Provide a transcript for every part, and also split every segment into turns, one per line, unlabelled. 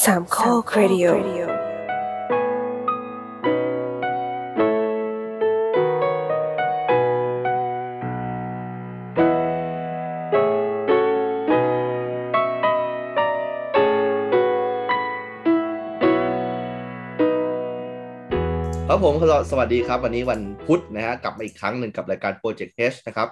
สามข้อครดิโอ
ครับผมสวัสดีครับวันนี้วันพุธนะฮะกลับมาอีกครั้งหนึ่งกับรายการ Project H นะครับ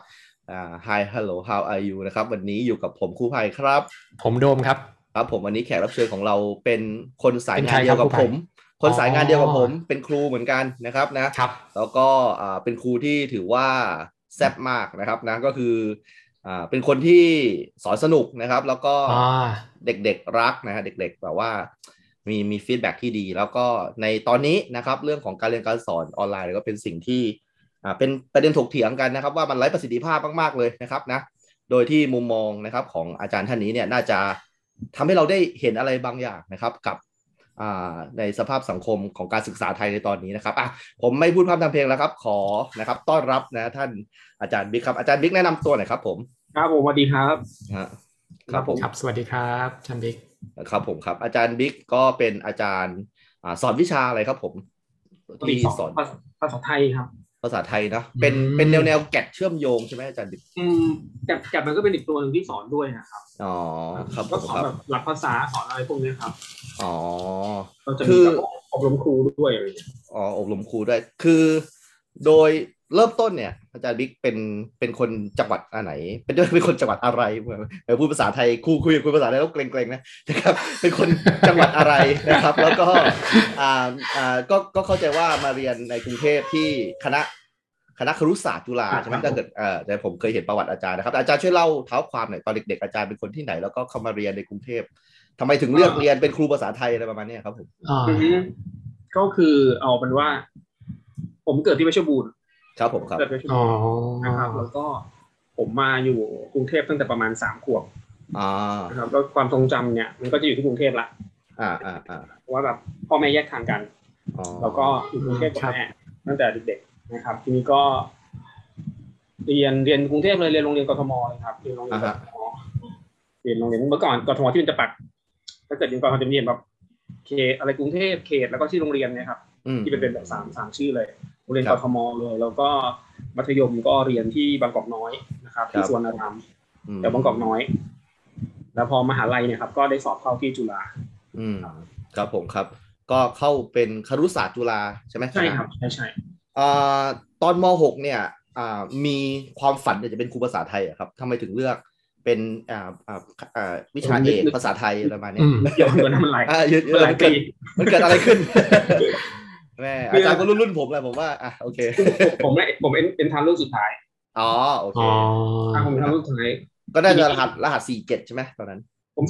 Hi Hello How are you นะครับวันนี้อยู่กับผมครูภัยครับ
ผมโดมครับ
ครับผมวันนี้แขกรับเชิญของเราเป็นคนสายงานเดียวกับผม
คน
สายงานเดียวกับผมเป็นครูเหมือนกันนะครับนะครับแล้วก็เป็นครูที่ถือว่าแซ่บมากนะครับนะก็คือเป็นคนที่สอนสนุกนะครับแล้วก็เด็กๆรักนะฮะเด็กๆแบบว่ามีฟีดแบ็กที่ดีแล้วก็ในตอนนี้นะครับเรื่องของการเรียนการสอนออนไลน์ก็เป็นสิ่งที่เป็นประเด็นถกเถียงกันนะครับว่ามันไร้ประสิทธิภาพมากๆเลยนะครับนะโดยที่มุมมองนะครับของอาจารย์ท่านนี้เนี่ยน่าจะทำให้เราได้เห็นอะไรบางอย่างนะครับกับในสภาพสังคมของการศึกษาไทยในตอนนี้นะครับผมไม่พูดพร่ำทำเพลงแล้วครับขอนะครับต้อนรับนะท่านอาจารย์บิ๊กครับอาจารย์บิ๊กแนะนำตัวหน่อยครับผม
ครับผมสวัสดีครับ
ครับผม
ครับสวัสดีครับอาจารย์บิ๊ก
ครับผมครับอาจารย์บิ๊กก็เป็นอาจารย์สอนวิชาอะไรครับผม
ที่สอนภาษาไทยครับ
ภาษาไทยนะเป็นแนวแกะเชื่อมโยงใช่ไหมอาจารย์บิ๊ก
แกะมันก็เป็นอีกตัวหนึ่งที่สอนด้วยนะครับ
อ๋อครับ
ก็สอนแบบหลักภาษาสอนอะไรพวกนี้ครับ
อ๋อ
เราจะมีอบรมครูด้วยอะไร
อ๋ออบรมครูด้วยคือโดยเริ่มต้นเนี่ยอาจารย์บิ๊กเป็นคนจังหวัดไหนเป็นคนจังหวัดอะไรพูดภาษาไทยคุยภาษาไทยแล้วเกรงๆนะครับเป็นคนจังหวัดอะไรนะครับแล้วก็ก็เข้าใจว่ามาเรียนในกรุงเทพที่คณะครุศาสตร์จุฬาใช่ไหมถ้าเกิดแต่ผมเคยเห็นประวัติอาจารย์นะครับอาจารย์ช่วยเล่าเท้าความหน่อยตอนเด็กๆอาจารย์เป็นคนที่ไหนแล้วก็เข้ามาเรียนในกรุงเทพทำไมถึงเลือกเรียนเป็นครูภาษาไทยอะไรประมาณนี้ครับผม
ก็คือเอาเป็นว่าผมเกิดที่เพชรบูรณ์
ครับผมครับ
นะครับแล้วก็ผมมาอยู่กรุงเทพตั้งแต่ประมาณ3 ขวบนะครับแล้วความทรงจำเนี่ยมันก็จะอยู่ที่กรุงเทพละเพราะว่าแบบพ่อแม่แยกทางกันแล้วก็อยู่กรุงเทพกับแม่ตั้งแต่เด็กๆนะครับทีนี้ก็เรียนกรุงเทพเลยเรียนโรงเรียนกทมเลยครับเรียนโรงเรียนกทมเรียนโรงเรียนเมื่อก่อนกทมที่มันจะปักถ้าเกิดยังกทมจะเรียนแบบเขตอะไรกรุงเทพเขตแล้วก็ชื่อโรงเรียนเนี่ยครับที่เป็นแบบ3ชื่อเลยโรงเรียนกทมเลยแล้วก็มัธยมก็เรียนที่บางกอกน้อยนะครับที่สวนอารามแต่บางกอกน้อยแล้วพอมหาลัยเนี่ยครับก็ได้สอบเข้าที่จุฬา
ครับผมครับก็เข้าเป็นครุศาสตร์จุฬาใช่ไหม
ใช่ครับใช่
ตอนม.6 เนี่ยมีความฝันอยากจะเป็นครูภาษาไทยครับทำไมถึงเลือกเป็นวิชาเอกภาษาไทยอะไรมาเนี่ย
เยอะเลยนะมันหลายปี
มันเกิดอะไรขึ้นแม่อาจารย์ก็รุ่นผมเลยผมว่าโอเค
ผมเป็นทางรุ่นสุดท้าย
อ๋อโอเค
ผมเป็นทางรุ่นสุดท้าย
ก็ได้รหัส47ใช่ไหมตอนนั้น
ผม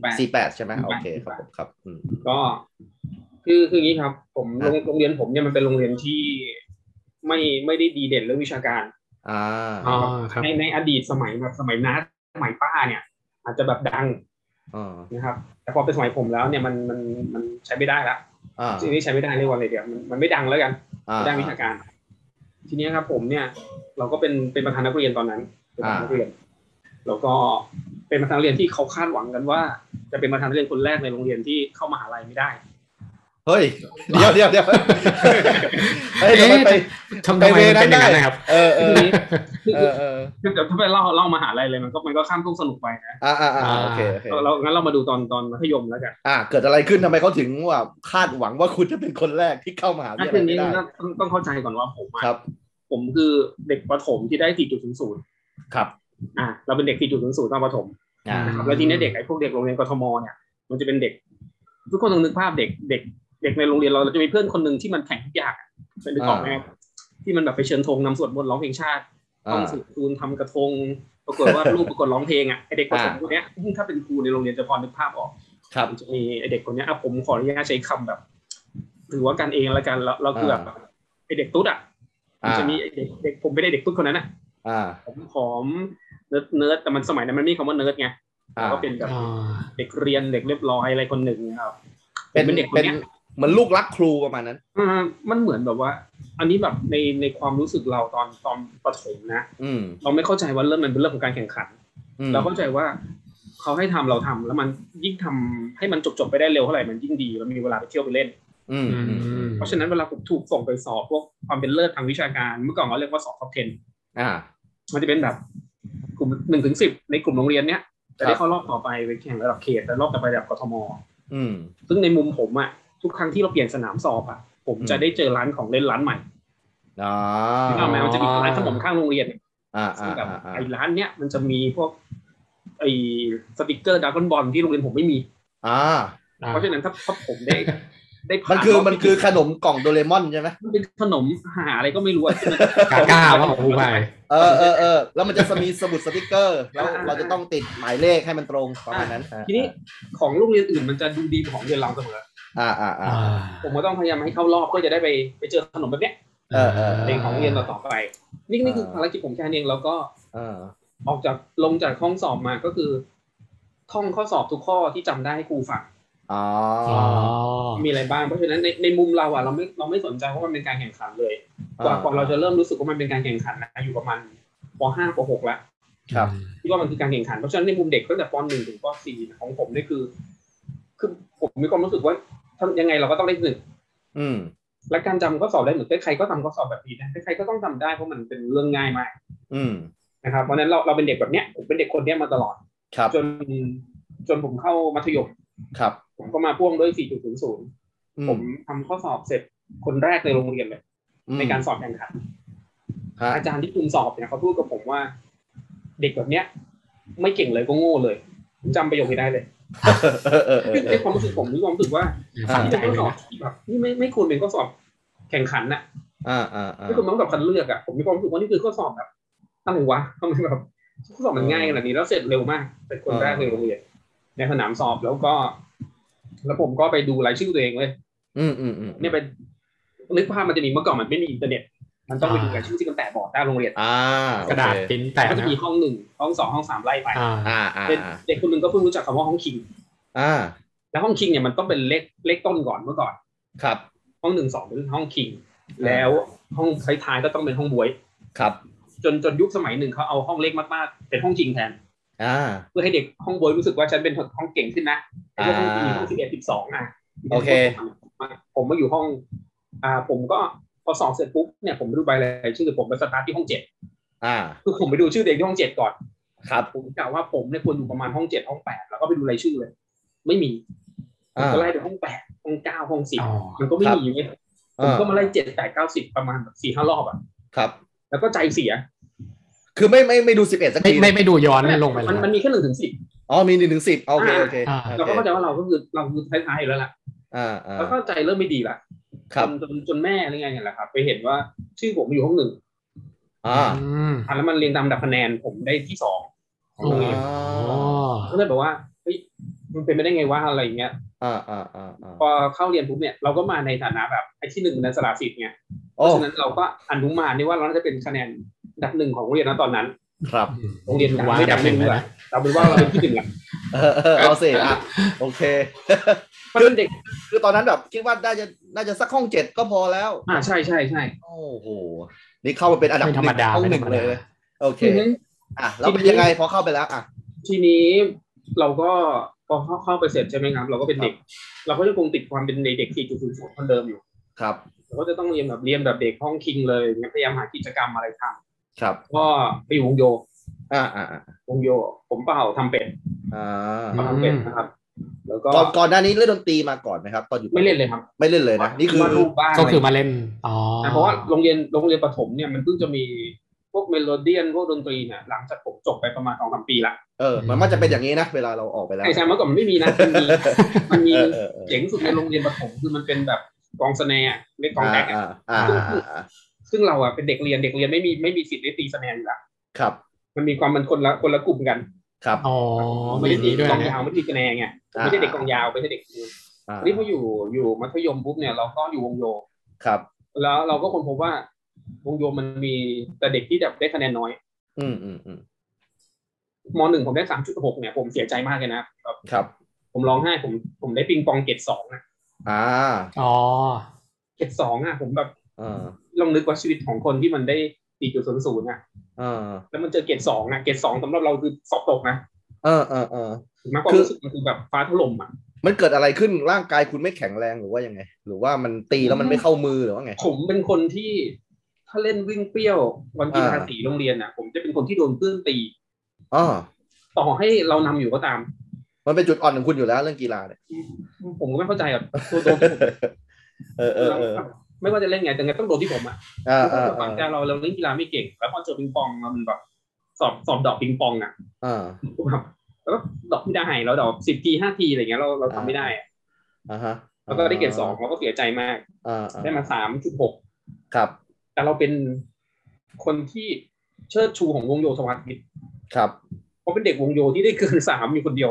48
ใช่ไหมโอเคครับผมครับ
ก็คืออย่างนี้ครับผมโรงเรียนผมเนี่ยมันเป็นโรงเรียนที่ไม่ได้ดีเด่นเรื่องวิชาการในอดีตสมัยแบบสมัยน้าสมัยป้าเนี่ยอาจจะแบบดังนะครับแต่พอเป็นสมัยผมแล้วเนี่ยมันใช้ไม่ได้ละสิ่งที่ใช้ไม่ได้เรียกว่าอะไรเดี๋ยวมันไม่ดังแล้วกันไม่ได้วิชาการทีนี้ครับผมเนี่ยเราก็เป็นประธานนักเรียนตอนนั้นเป็นประธานนักเรียนแล้วก็เป็นประธานนักเรียนที่เขาคาดหวังกันว่าจะเป็นประธานนักเรียนคนแรกในโรงเรียนที่เข้ามหาลัยไม่ได้
เฮ้ยเดี๋ยว
ทำไมเป็นอย่างนั้นนะครับ
คือถ้าไปเล่ามหาลัยเลยมันก็ข้ามทุ่งสนุกไปนะ
โอเค
งั้นเรามาดูตอนมัธยมแล้วกัน
เกิดอะไรขึ้นทำไมเขาถึงว่าคาดหวังว่าคุณจะเป็นคนแรกที่เข้ามหาวิทยาลัยไม่ได้
ต้องเข้าใจก่อนว่าผมคือเด็กประถมที่ได้ 4.00
ครับ
เราเป็นเด็ก 4.00 ตอนประถมนะครับแล้วทีนี้เด็กไอ้พวกเด็กโรงเรียนกทมเนี่ยมันจะเป็นเด็กทุกคนต้องนึกภาพเด็กในโรงเรียนเราจะมีเพื่อนคนนึงที่มันแข่งทุกอย่างเป็นนึกออกไหมครับที่มันแบบไปเชิญธงนำสวดมนต์ร้องเพลงชาติต้องสืบคูณทำกระทงปรากฏว่ารูปปรากฏร้องเพลงไอเด็กประถมคนนี้ถ้าเป็นครูในโรงเรียนจะพอนึกภาพออกจะมีไอเด็กคนนี้ผมขออนุญาตใช้คำแบบถือว่ากันเองแล้วกันเราคือแบบไอเด็กตุ๊ดมันจะมีเด็กผมไม่ได้เด็กตุ๊ดคนนั้นผอมเนิร์ดแต่มันสมัยนั้นมันไม่มีคำว่าเนิร์ดไงก็เป็นแบบเด็กเรียนเด็กเรียบร้อยอะไรคนหนึ่งครับ
เป็นเด็กคนนี้เหมือนลูกรักครูประมาณนั้น
มันเหมือนแบบว่าอันนี้แบบในความรู้สึกเราตอนประถมนะเราไม่เข้าใจว่ามันเป็นเรื่องของการแข่งขันเราเข้าใจว่าเขเขาให้ทำเราทำแล้วมันยิ่งทำให้มันจบไปได้เร็วเท่าไหร่มันยิ่งดีมันมีเวลาไปเที่ยวไปเล่นเพราะฉะนั้นเวลาผมถูกส่งไปสอบพวกความเป็นเลิศทางวิชาการเมื่อก่อนเขาเรียกว่าสอบท็อป 10มันจะเป็นแบบกลุ่ม1-10ในกลุ่มโรงเรียนเนี้ยจะได้เข้ารอบต่อไปแข่งระดับเขตและรอบต่อไประดับกทมซึ่งในมุมผมอ่ะทุกครั้งที่เราเปลี่ยนสนามสอบอ่ะผมจะได้เจอร้านของเล่นร้านใหม่มันจะมีร้านขนมข้างโรงเรียนซึ่งแบบไอ้ร้านเนี้ยมันจะมีพวกไอ้สติกเกอร์ดราก้อนบอลที่โรงเรียนผมไม่มีเพราะฉะนั้นถ้าผมได้
มันคือขนมกล่องโดเรมอนใช่ไหม
มันเป็นขนมหาอะไรก็ไม่รู้
กล้าว่าของผู้ใหญ่
แล้วมันจะมีสมุดสติกเกอร์แล้วเราจะต้องติดหมายเลขให้มันตรงประมาณนั้น
ทีนี้ของโรงเรียนอื่นมันจะดูดีของโรงเรียนเราเสมอผมก็ต้องพยายามให้เข้ารอบเพื่อจะได้ไปเจอขนมแบบเนี้ยเป็นของโรงเรียนต่อไปนี่คือภารกิจผมแค่นี้แล้วก็ลงจากห้องสอบมาก็คือท่องข้อสอบทุกข้อที่จำได้ให้ครูฟังมีอะไรบ้างเพราะฉะนั้นในมุมเราอ่ะเราไม่สนใจเพราะมันเป็นการแข่งขันเลยกว่าเราจะเริ่มรู้สึกว่ามันเป็นการแข่งขันนะอยู่ประมาณป.5 ป.6 แล้วที่ว่ามันคือการแข่งขันเพราะฉะนั้นในมุมเด็กตั้งแต่ป.1 ถึงป.4 ของผมนี่คือผมมีความรู้สึกว่ายังไงเราก็ต้องได้1และการจำข้อสอบได้เหมือนใครก็ทำข้อสอบแบบนี้นะใครก็ต้องทำได้เพราะมันเป็นเรื่องง่ายมากนะครับเพราะนั้นเราเป็นเด็กแบบเนี้ยผมเป็นเด็กคนเนี้ยมาตลอดจนผมเข้ามัธยมผมก็มาพ่วงด้วย 4.00 ผมทำข้อสอบเสร็จคนแรกในโรงเรียนเลยในการสอบแข่งขันอาจารย์ที่คุมสอบเนี่ยเขาพูดกับผมว่าเด็กแบบเนี้ยไม่เก่งเลยก็โง่เลยผมจำประโยคนี้ได้เลยในความรู้สึกผมมีความรู้สึกว่าที่เป็นข้อสอบแบบนี่ไม่ควรเป็นข้อสอบแข่งขันน่ะไม่ควรต้องแบบคัดเลือกอ่ะผมมีความรู้สึกว่านี่คือข้อสอบแบบอะไรวะทำไมแบบข้อสอบมันง่ายขนาดนี้แล้วเสร็จเร็วมากเป็นคนแรกในโรงเรียนในสนามสอบแล้วผมก็ไปดูรายชื่อตัวเองเลยเนี่ยเป็นนึกภาพมันจะมีเมื่อก่อนมันไม่มีอินเทอร์เน็ตมันต้องไปดูรายชื่อที่มันแปะบอร์ดหน้าโรงเรียน
กระดาษปิ้นแปะ
ก็จะมีห้อง1ห้อง2ห้อง3ไล่ไปเด็กคนนึงก็เพิ่งรู้จักคำว่าห้องคิงแล้วห้องคิงเนี่ยมันต้องเป็นเลขต้นก่อนเมื่อก่อน
ครับ
ห้อง1 2เป็นห้องคิงแล้วห้องท้ายๆก็ต้องเป็นห้องบวย
ครับ
จนยุคสมัยหนึ่งเขาเอาห้องเล็กมากๆเป็นห้องคิงแทนเพื่อให้เด็กห้องบวยรู้สึกว่าฉันเป็นห้องเก่งขึ้นนะไอ้ห้องมีห้อง11 12
โอเค
ผมมาอยู่ห้องผมก็พอสอบเสร็จปุ๊บเนี่ยผมดูใบรายชื่อผมไปสตาร์ทที่ห้อง7คือผมไปดูชื่อเด็กที่ห้อง7ก่อน
ครับ
ผมกล่าวว่าผมเนี่ยควรอยู่ประมาณห้อง7ห้อง8แล้วก็ไปดูรายชื่อเลยไม่มีผมก็ไล่ไปห้อง8ห้อง9ห้อง10มันก็ไม่มีอย่างเงี้ยผมก็มาไล่7 8 9 10ประมาณแบบ 4-5 รอบ
ครับ
แล้วก็ใจเสีย
คือไม่ดู11สักที
ไม่ดูย้อนลงไป
มันมีแค่1 ถึง 10
มี1 ถึง 10โอเค
เราก็เข้าใจว่าเราคือท้ายๆแล้วล่ะแล้วก็ใจเริ่มไม่ดีละจนแม่อะไรเงี้ยแหละครับไปเห็นว่าชื่อผมอยู่ห้อง1แล้วมันเรียงตามดับคะแนนผมได้ที่2ก็เลยบอกว่าเฮ้ยมันเป็นไปได้ไงว่าอะไรเงี้ยพอเข้าเรียนปุ๊บเนี่ยเราก็มาในฐานะแบบไอ้ที่1ในสละสิทธิ์ไงเพราะฉะนั้นเราก็อนุมานนี่ว่าเราจะเป็นคะแนนดับ1ของโรงเรียนนะตอนนั้น
ครับ
โรงเรียนไม่ดับ1เลยเราเป็นว่าเราเป็นที่1แหละ
เอาสิโอเคคือเด็กคือตอนนั้นแบบคิดว่าน่าจะสักห้อง7ก็พอแล้ว
ใช่
โอ้โหนี่เข้ามาเป็นอันดับ1ห้อง1เลยโอเคแล้วเป็นยังไงพอเข้าไปแล้ว
ทีนี้เราก็พอเข้าไปเสร็จใช่ไหมครับเราก็เป็นเด็กเราก็ยังคงติดความเป็นเด็ก 4.00 คนเดิมอยู่
ครับ
เราก็จะต้องเรียนแบบเด็กห้องคิงเลยพยายามหากิจกรรมอะไรทำ
ครับ
ก็ไปอยู่วงโยวงโยผมเปล่าทำเป็ดทำเป็ดนะครับแล้วก็
ก่อนหน้านี้เล่นดนตรีมาก่อนไหมครับตอนอยู่
ไม่เล่นเลยครับ
ไม่เล่นเลยนะนี่คือ
ก็คือมาเล่น
เพราะว่าโรงเรียนประถมเนี่ยมันเพิ่งจะมีพวกเมโลเดียนพวกดนตรีเนี่ยหลังจากผมจบไปประมาณ 2-3 ปีละ
มันจะเป็นอย่างนี้นะเวลาเราออกไปแล้ว
ใช่เมื่อก่อนมันไม่มีนะมันมีเจ๋งสุดในโรงเรียนประถมคือมันเป็นแบบกองสแนร์เล่นกองแดกซึ่งเราเป็นเด็กเรียนไม่มีสิทธิ์ได้ตีสแนร์อยู่แล้ว
ครับ
มันมีความมันคนละกลุ่มกัน
ครับ
ไม่ได้ตีกองยาวไม่ได้ตีสแนร์ไงไม่ใช่เด็กกองยาวไม่ใช่เด็กนี่พออยู่มัธยมปุ๊บเนี่ยเราก็อยู่วงโย
ครับ
แล้วเราก็ค้นพบว่าวงโยมันมีแต่เด็กที่แบบได้คะแนนน้อยม.1 ผมได้ 3.6 เนี่ยผมเสียใจมากเลยนะครับผมร้องไห้ผมได้ปิงปองเกรด 2นะเกรด 2ผมแบบลองนึกว่าชีวิตของคนที่มันได้ 4.00 แล้วมันเจอเกรด 2เกรด 2สำหรับเราคือสอบตกนะมากกว่ารู้สึกมันคือแบบฟ้าถล่มอ่ะ
มันเกิดอะไรขึ้นร่างกายคุณไม่แข็งแรงหรือว่ายังไงหรือว่ามันตีแล้วมันไม่เข้ามือหรือว่าไง
ผมเป็นคนที่ถ้าเล่นวิ่งเปรี้ยววันกีฬาสีโรงเรียนอ่ะผมจะเป็นคนที่โดนเพื่อนตีต่อให้เรานำอยู่ก็ตาม
มันเป็นจุดอ่อนของคุณอยู่แล้วเรื่องกีฬาเนี่ย
ผมก็ไม่เข้าใจอ่ะตัวโดนไม่ว่าจะเล่นไงแต่ไงต้องโดนที่ผมอ่ะฝั่งแต่เราเล่นกีฬาไม่เก่งแล้วพอเจอปิงปองมันแบบสอบดอกปิงปองอ่ะแล้วก็ดอกไม่ได้เราดอก10 ที 5 ทีอะไรเงี้ยเราทำไม่ได้แล้วก็ได้เกรด 2เราก็เสียใจมากได้มา 3.6
ครับ
แต่เราเป็นคนที่เชิดชูของวงโยธวัฒน์
ครับ
เพราะเป็นเด็กวงโยที่ได้เกิน3อยู่คนเดียว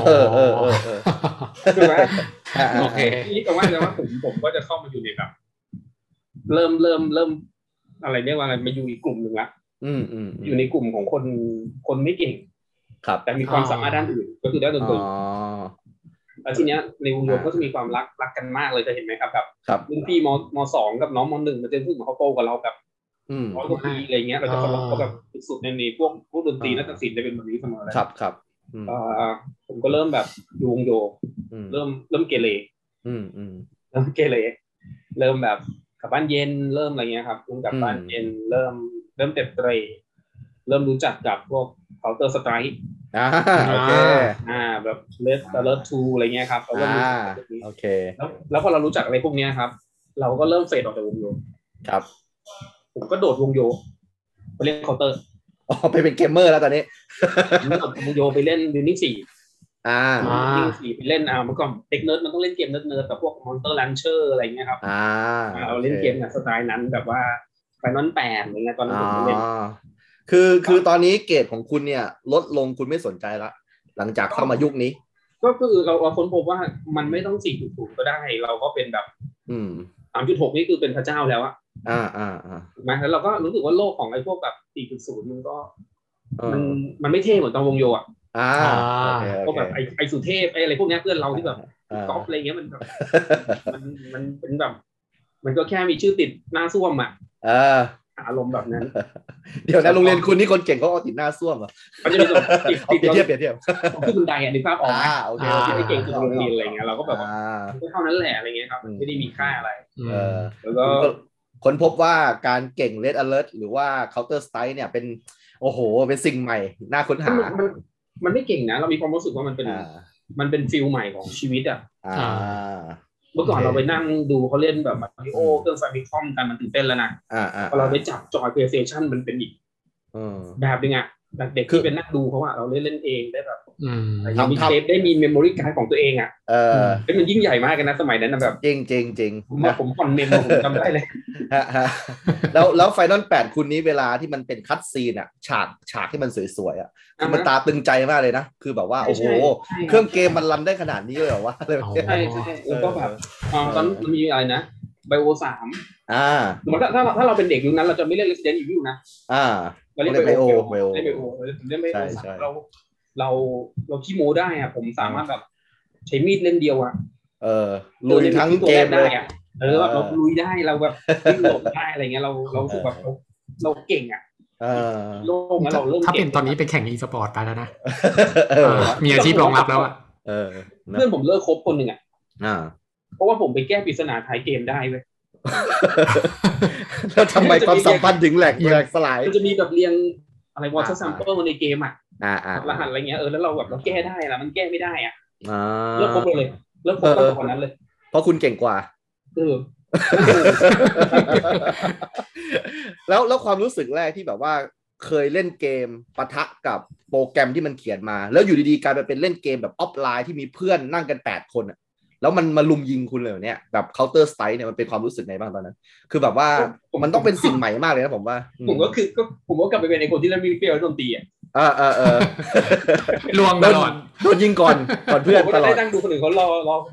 ใช่ไหม
โอเค
นี่แต่ว่าผมก็จะเข้ามาอยู่ในแบบเริ่มอะไรเรียกว่าอะไรมาอยู่อีกกลุ่มหนึ่งละอยู่ในกลุ่มของคนไม่เก่ง
ครับ
แต่มีความสามารถด้านอื่นก็คือด้านดนตรีแล้วทีเนี้ยในวงโยก็จะมีความรักกันมากเลยจะเห็นไหมครับแบบรุ่นพี่ม.2 กับน้องม.1มันจะรู้สึกเหมือนเขาโตกว่าเราแบบ100 กว่าปีอะไรเงี้ยเราจะเคารพเขาแบบสุดในพวกดนตรีนักศิลป์จะเป็นแบบนี้เสมอเลย
ครับ
ผมก็เริ่มแบบดูวงโยเริ่มเกเรเริ่มเกเรเริ่มแบบกลับบ้านเย็นเริ่มอะไรเงี้ยครับเริ่มกลับบ้านเย็นเริ่มเตะเตะเริ่มรู้จักกับพวกCounter Strike
โอเค
แบบRed Alert 2อะไรเงี้ยครับเราก็รู้จัก
โอเค
แล้วพอเรารู้จักอะไรพวกนี้ครับเราก็เริ่มเฟดออกจากวงโย
ครับ
ผมก็โดดวงโยไปเล่นเคาน์เตอร์
ไปเป็นเกมเมอร์แล้วตอนนี้
โดดวงโยไปเล่นยูนิค4ไปเล่นเมื่อก่อนเด็กเนิร์ดมันต้องเล่นเกมเนิร์ดแบบพวก Monster Rancher อะไรเงี้ยครับเราเล่นเกมสไตล์นั้นแบบว่า Final 8อะไรเงี้ยตอนนั้นผมเล่น
คือตอนนี้เกรดของคุณเนี่ยลดลงคุณไม่สนใจละหลังจากเข้ามายุคนี้
ก็คือเราค้นพบว่ามันไม่ต้อง 4.0 ก็ได้เราก็เป็นแบบ3.6 นี่คือเป็นพระเจ้าแล้วอะถูกไหมแล้วเราก็รู้สึกว่าโลกของไอ้พวกแบบ 4.0 มันก็มันไม่เท่เหมือนตอนวงโยอะก็แบบไอ้สุเทพไอ้อะไรพวกนี้เพื่อนเราที่แบบก๊อปอะไรเงี้ยมันแบบมันเป็นแบบมันก็แค่มีชื่อติดหน้าส้วมอะอารมณ์แบบนั้น
เดี๋ยวนะโรงเรียนคุณนี่คนเก่งเขาเอาติดหน้าส้วมเหรอ
เขาจะมีส่วน
เปรียบเทียบ
ขึ้นบันไดอ่ะนึกภาพออกไหม
โอเค
ไม่เก่งคือโรงเรียนอะไรเงี้ยเราก็แบบเท่านั้นแหละอะไรเงี้ยครับไม่ได้มีค่าอะไรแล้วก็
ค้นพบว่าการเก่ง Red Alert หรือว่า Counter Strike เนี่ยเป็นโอ้โหเป็นสิ่งใหม่น่าค้นหา
มันไม่เก่งนะเรามีความรู้สึกว่ามันเป็นฟิลใหม่ของชีวิตอ่ะเมื่อก่อนเราไปนั่งดูเขาเล่นแบบมาริโอเครื่องไฟมิคอมกันมันตื่นเต้นแล้วนะพอเราไปจับจอย PlayStation มันเป็นอีกแบบนึงอ่ะเด็กที่เป็นนักดูเขาอะเราเล่นเองได้แบบมีเซฟได้มีเมมโมรี่การ์ดของตัวเองอ่ะมันยิ่งใหญ่มากกันนะสมัยนั้นนะแบบ
จริง
ผมผ่อนเมมผมจำได้เลย
แล้วไฟนอล8คุณนี้เวลาที่มันเป็นคัตซีนอ่ะฉากที่มันสวยๆอ่ะคือมันตาตึงใจมากเลยนะคือแบบว่าโอ้โหเครื่องเกมมันรันได้ขนาดนี้เลยเหรอวะ
ใช่แล้วก็แบบตอนมันมีอะไรนะBio 3ถ้าเราเป็นเด็กยุคนั้นเราจะไม่เล่น Resident Evil นะเราเล่น Bio เล่น Bio 3เราขี้โม้ได้อ่ะผมสามารถแบบใช้มีดเล่มเดียวอ่ะ
ลุยทั้งเกมเลย
แบบเราลุยได้เราแบบวิ่งหลบได้อะไรเงี้ยเรารู้สึกแบบเราเก่งอ่ะโลกนั้นเราเริ่ม
ถ้าเป็นตอนนี้ไปแข่ง e-sport ไปแล้วนะมีอาชีพรองรับแล้วอ่ะ
เพื่อนผมเลิกคบคนหนึ่งอ่ะเพราะว่าผมไปแก้ปริศนาท้ายเกมได้เว้ย
แล้วทำไมความสัมพันธ์ถึงแหลกสลาย
มันจะมีแบบเรียงอะไร water sample ในเกมอ่ะรหัสอะไรเงี้ยแล้วเราแบบเราแก้ได้แล้วมันแก้ไม่ได้อ่ะเลิกคบเลยเลิกคบตั้งแต่วันนั้นเลย
เพราะคุณเก่งกว่าแล้วความรู้สึกแรกที่แบบว่าเคยเล่นเกมปะทะกับโปรแกรมที่มันเขียนมาแล้วอยู่ดีๆกลายเป็นเล่นเกมแบบออฟไลน์ที่มีเพื่อนนั่งกัน8 คนแล้วมันมาลุมยิงคุณเลยเนี่ยแบบ Counter Strike เนี่ยมันเป็นความรู้สึกไงบ้างตอนนั้นคือแบบว่ามันต้องเป็นสิ่งใหม่มากเลยนะผมว่า
ผมก็กลับไปเป็นไอ้คนที่เล่นมีเปรี้ยวดนตรี
ลวงตลอด
โดนยิงก่อนเพื่อนตลอด
ได้นั่งดูคนอื่นเขารอ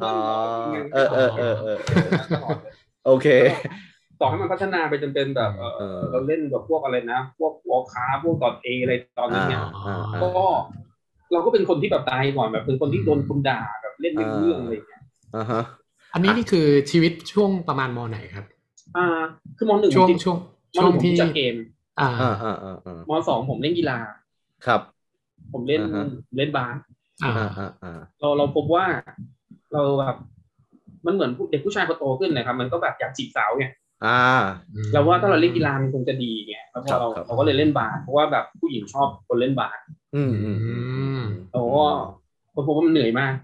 โอเค
ต่อให้มันพัฒนาไปจนเป็นแบบเราเล่นแบบพวกอะไรนะพวกวอลคาพวก.a อะไรตอนนี้เนี่ยก็เราก็เป็นคนที่แบบตายก่อนแบบเป็นคนที่โดนคุณด่าแบบเล่นไม่รู้เรื่องอะไรอย่างเงี้ย
อันนี้นี่คือชีวิตช่วงประมาณม.ไหนครับ
คือม.1
ช่วงที่
จากเกมม.2 ผมเล่นกีฬา
ครับ
ผมเล่นบาสเราพบว่าเราแบบมันเหมือนเด็กผู้ชายพอโตขึ้นนะครับมันก็แบบอยากจีบสาวไงเราว่าถ้าเราเล่นกีฬามันคงจะดีไงแล้วพอเราก็เลยเล่นบาสเพราะว่าแบบผู้หญิงชอบคนเล่นบาสเราก็คนพบว่ามันเหนื่อยมาก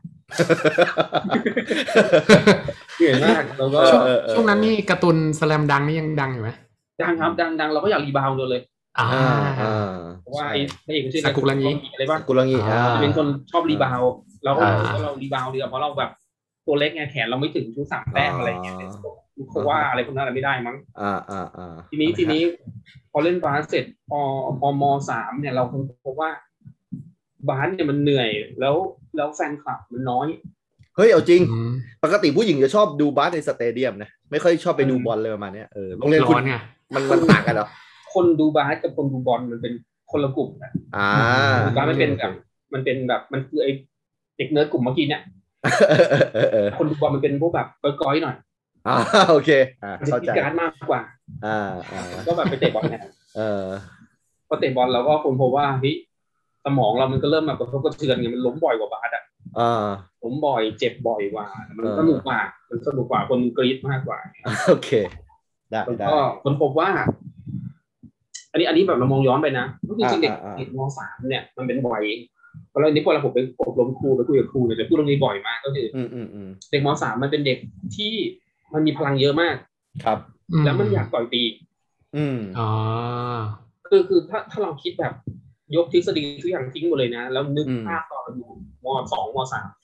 เหนื่อยมากแล้วก็
ช่วงนั้นนี่การ์ตูนสแลมดังนี่ยังดังอยู่ไหม
ดังครับดังเราก็อยากรีบาวด์เลยเพราะว่าไอ้เอกชื่อ
ซากุระงิ
อะไรบ้าง
ซากุระงิ
จะเป็นคนชอบรีบาวด์เราก็เรารีบาวด์ดีเพราะเราแบบตัวเล็กไงแขนเราไม่ถึงชุด3 แต้มอะไรอย่างเงี้ยเพราะว่าอะไรพวกนั้นไม่ได้มั้งทีนี้พอเล่นบาสเสร็จพอม.3เนี่ยเราพบว่าบาสเนี่ยมันเหนื่อยแล้วแฟนคลับมันน้อย
เฮ้ยเอาจริงปกติผู้หญิงจะชอบดูบาสในสเตเดียมนะไม่ค่อยชอบไปดูบอลเลยประมาณนี้โรงเรียนคุณมันต่างกันเหรอ
คนดูบาสกับคนดูบอลมันเป็นคนละกลุ่มนะบาสมันเป็นแบบมันคือไอเด็กเนิร์ดกลุ่มเมื่อกี้เนี่ยคนดูบอลมันเป็นพวกแบบก้อยๆหน่อย
โอเคเข้าใจ
การมากกว่าก็แบบไปเตะบอลเนี่ยพอเตะบอลเราก็คนพบว่าเฮ้ยสมองเรามันก็เริ่มแบบกระทบกระเทือนไงมันล้มบ่อยกว่าบาสล้มบ่อยเจ็บบ่อยกว่ามันสนุกกว่าคนกรี๊ดมากกว่า
โอเคได้
ก็คนพบว่าอันนี้แบบเรามองย้อนไปนะจริงๆเด็กม.3เนี่ยมันเป็นวัยเพราะเราพอผมไปอบรมครูไปคุยกับครูเนี่ยจะพูดเรื่องนี้บ่อยมากก็คือเด็กม.3มันเป็นเด็กที่มันมีพลังเยอะมาก
ครับ
แล้วมันอยากต่อยตีคือถ้าเราคิดแบบยกทฤษฎีทุกอย่างทิ้งหมดเลยนะแล้วนึกภาพตอนอยู่ม.2 ม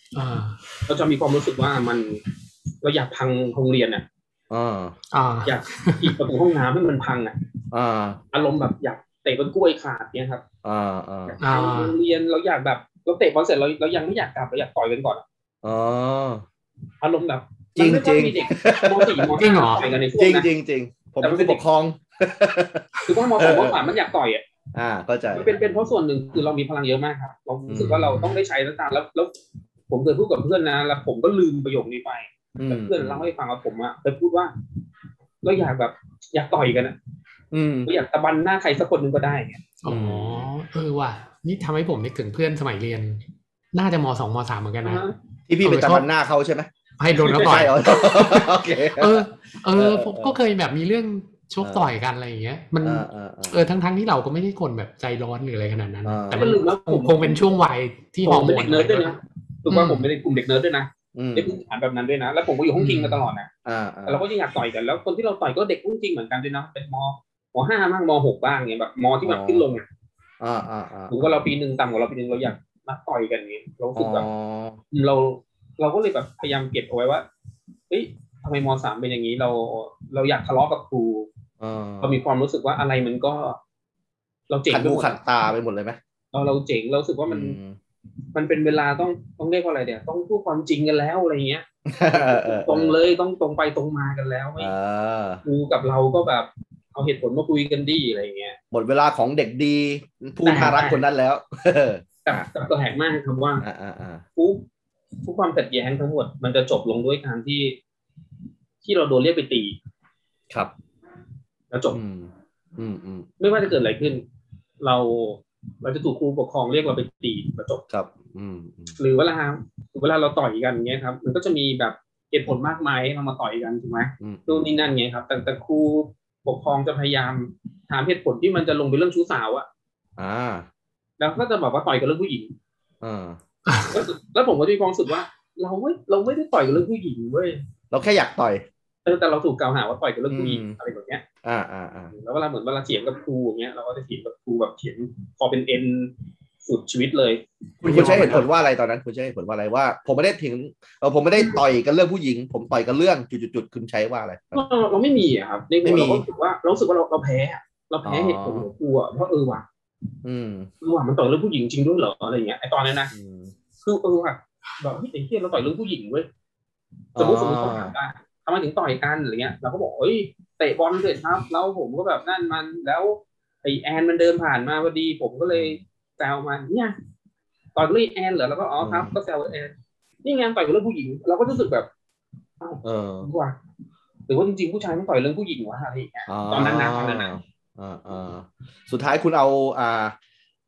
.3เราจะมีความรู้สึกว่าเราอยากพังโรงเรียนอ่ะอยากปิดประตูห้องน้ำให้มันพังอ่ะอารมณ์แบบอยากเตะต้นกล้วยขาดเนี่ยครับโรงเรียนเราอยากแบบเราเตะบอลเสร็จเรายังไม่อยากกลับเราอยากต่อยกันก่อนอารมณ์แบบ
จริงจริง
เด็กม.4 ม
.5
ต่อยกันในช่วง
นะจริงผมเป็นผู้ปกครอง
คือว่าม.2 ม.3มันอยากต่อย
เข้าใจ
เป็นเพราะส่วนหนึ่งคือเรามีพลังเยอะมากครับเรารู้สึกว่าเราต้องได้ใช้แล้วผมเคยพูดกับเพื่อนนะแล้วผมก็ลืมประโยคนี้ไปแต่เพื่อนเล่าให้ฟังว่าผมเคยพูดว่าเราอยากแบบอยากต่อยกันเราอยากตะบันหน้าใครสักคนนึงก็ได้เนี่ย
ว่ะนี่ทำให้ผมนึกถึงเพื่อนสมัยเรียนน่าจะม.2 ม.3เหมือนกันนะ
ที่พี่ไปตะบันหน้าเขาใช่ไหม
ให้โดนแล้วต่อย
โอเค
ผมก็เคยแบบมีเรื่องชกต่อยกันอะไรอย่างเงี้ยมันทั้งที่เราก็ไม่ได้คนแบบใจร้อนหรืออะไรขนาดนั้นแต่มันคงเป็นช่วงวัยที่ฮอร์โมน
เนิร์ดด้วยนะถูกป่ะผมเป็นกลุ่มเด็กเนิร์ดด้วยนะได้พื้นฐานแบบนั้นด้วยนะแล้วผมก็อยู่ห้องคิงมาตลอดนะเราก็ยังอยากต่อยกันแล้วคนที่เราต่อยก็เด็กห้องคิงเหมือนกันด้วยนะเป็นม.5 บ้างม.6 บ้างเงี้ยแบบม.ที่แบบขึ้นลงหรือว่าเราปีนึงต่ำกว่าเราปีนึงเราอยากมาต่อยกันเงี้ยเราสึกแบบเราก็เลยแบบพยายามเก็บเอาไว้ว่าเฮ้ยทำไมม.3เป็นอย่างนี้เราอยากทะเลาะกับครูเรามีความรู้สึกว่าอะไรมันก็เราเจ๋ง
ขัดหูขัดตาไปหมดเลยไหม
เราเจ๋งเราสึกว่ามันเป็นเวลาต้องเรียกว่าอะไรเนี่ยต้องพูดความจริงกันแล้วอะไรเงี้ยตรงเลยต้องตรงไปตรงมากันแล้วไม่ครูกับเราก็แบบเอาเหตุผลมาคุยกันดีอะไรเงี้ย
หมดเวลาของเด็กดีผู้น่ารักคนนั้นแล้ว
แต่แปลกมากครับว่าทุกความขัดแย้งทั้งหมดมันจะจบลงด้วยการที่เราโดนเรียกไปตี
ครับ
แล้วจบไม่ว่าจะเกิดอะไรขึ้นเราจะถูกครูปกครองเรียกเราไปตีแล้วจบ
ครับ
หรือเวลาเราต่อยกันเงี้ยครับมันก็จะมีแบบเหตุผลมากมายเรามาต่อยกันถูกไหมนู่นนี่นั่นเงี้ยครับแต่ครูปกครองจะพยายามถามเหตุผลที่มันจะลงไปเรื่องชู้สาวแล้วก็จะบอกว่าต่อยกันเรื่องผู้หญิงแล้วผมก็มีความรู้สึกว่าเราไม่ได้ต่อยกันเรื่องผู้หญิงเว้ย
เราแค่อยากต่อย
แต่เราถูกกล่าวหาว่าต่อยกันเรื่องผู้หญิงอะไรแบบเนี้ยแล้วเวลาเหมือนเวลาเถียงกับครูอย่างเงี้ยเราก็จะเถียงกับครูแบบเถียงพอเป็นเอ็นสุดชีวิตเลย
คุณใช้เหตุผลว่าอะไรตอนนั้นคุณใช้เหตุผลว่าอะไรว่าผมไม่ได้ถึงผมไม่ได้ต่อยกันเรื่องผู้หญิงผมต่อยกันเรื่องจุดๆคุณใช้ว่าอะไร
เราไม่มีครับในหัวเราก็รู้สึกว่าเราแพ้เหตุผลของครูเพราะว่ะมันต่อยเรื่องผู้หญิงจริงด้วยเหรออะไรเงี้ยไอตอนนั้นนะคือว่ะแบบไอ้เหี้ยเราต่อยเรื่องผู้หญิงเว้ยสมมติเขาถามได้ทำไมถึงต่อยกันอะไรเงี้ยเราก็บอกเตะบอลเสร็จครับแล้วผมก็แบบนั่นมันแล้วไอแอนมันเดินผ่านมาพอดีผมก็เลยแซวมันเนี่ยต่อยกับเรื่องแอนเหรอแล้วก็ครับก็แซวแอนนี่งานต่อยกับเรื่องผู้หญิงเราก็รู้สึกแบบว่าหรือว่าจริงๆผู้ชายต้องต่อยเรื่องผู้หญิงวะอะไรอย่างเงี้ยตอนนั้นนะ
สุดท้ายคุณเอา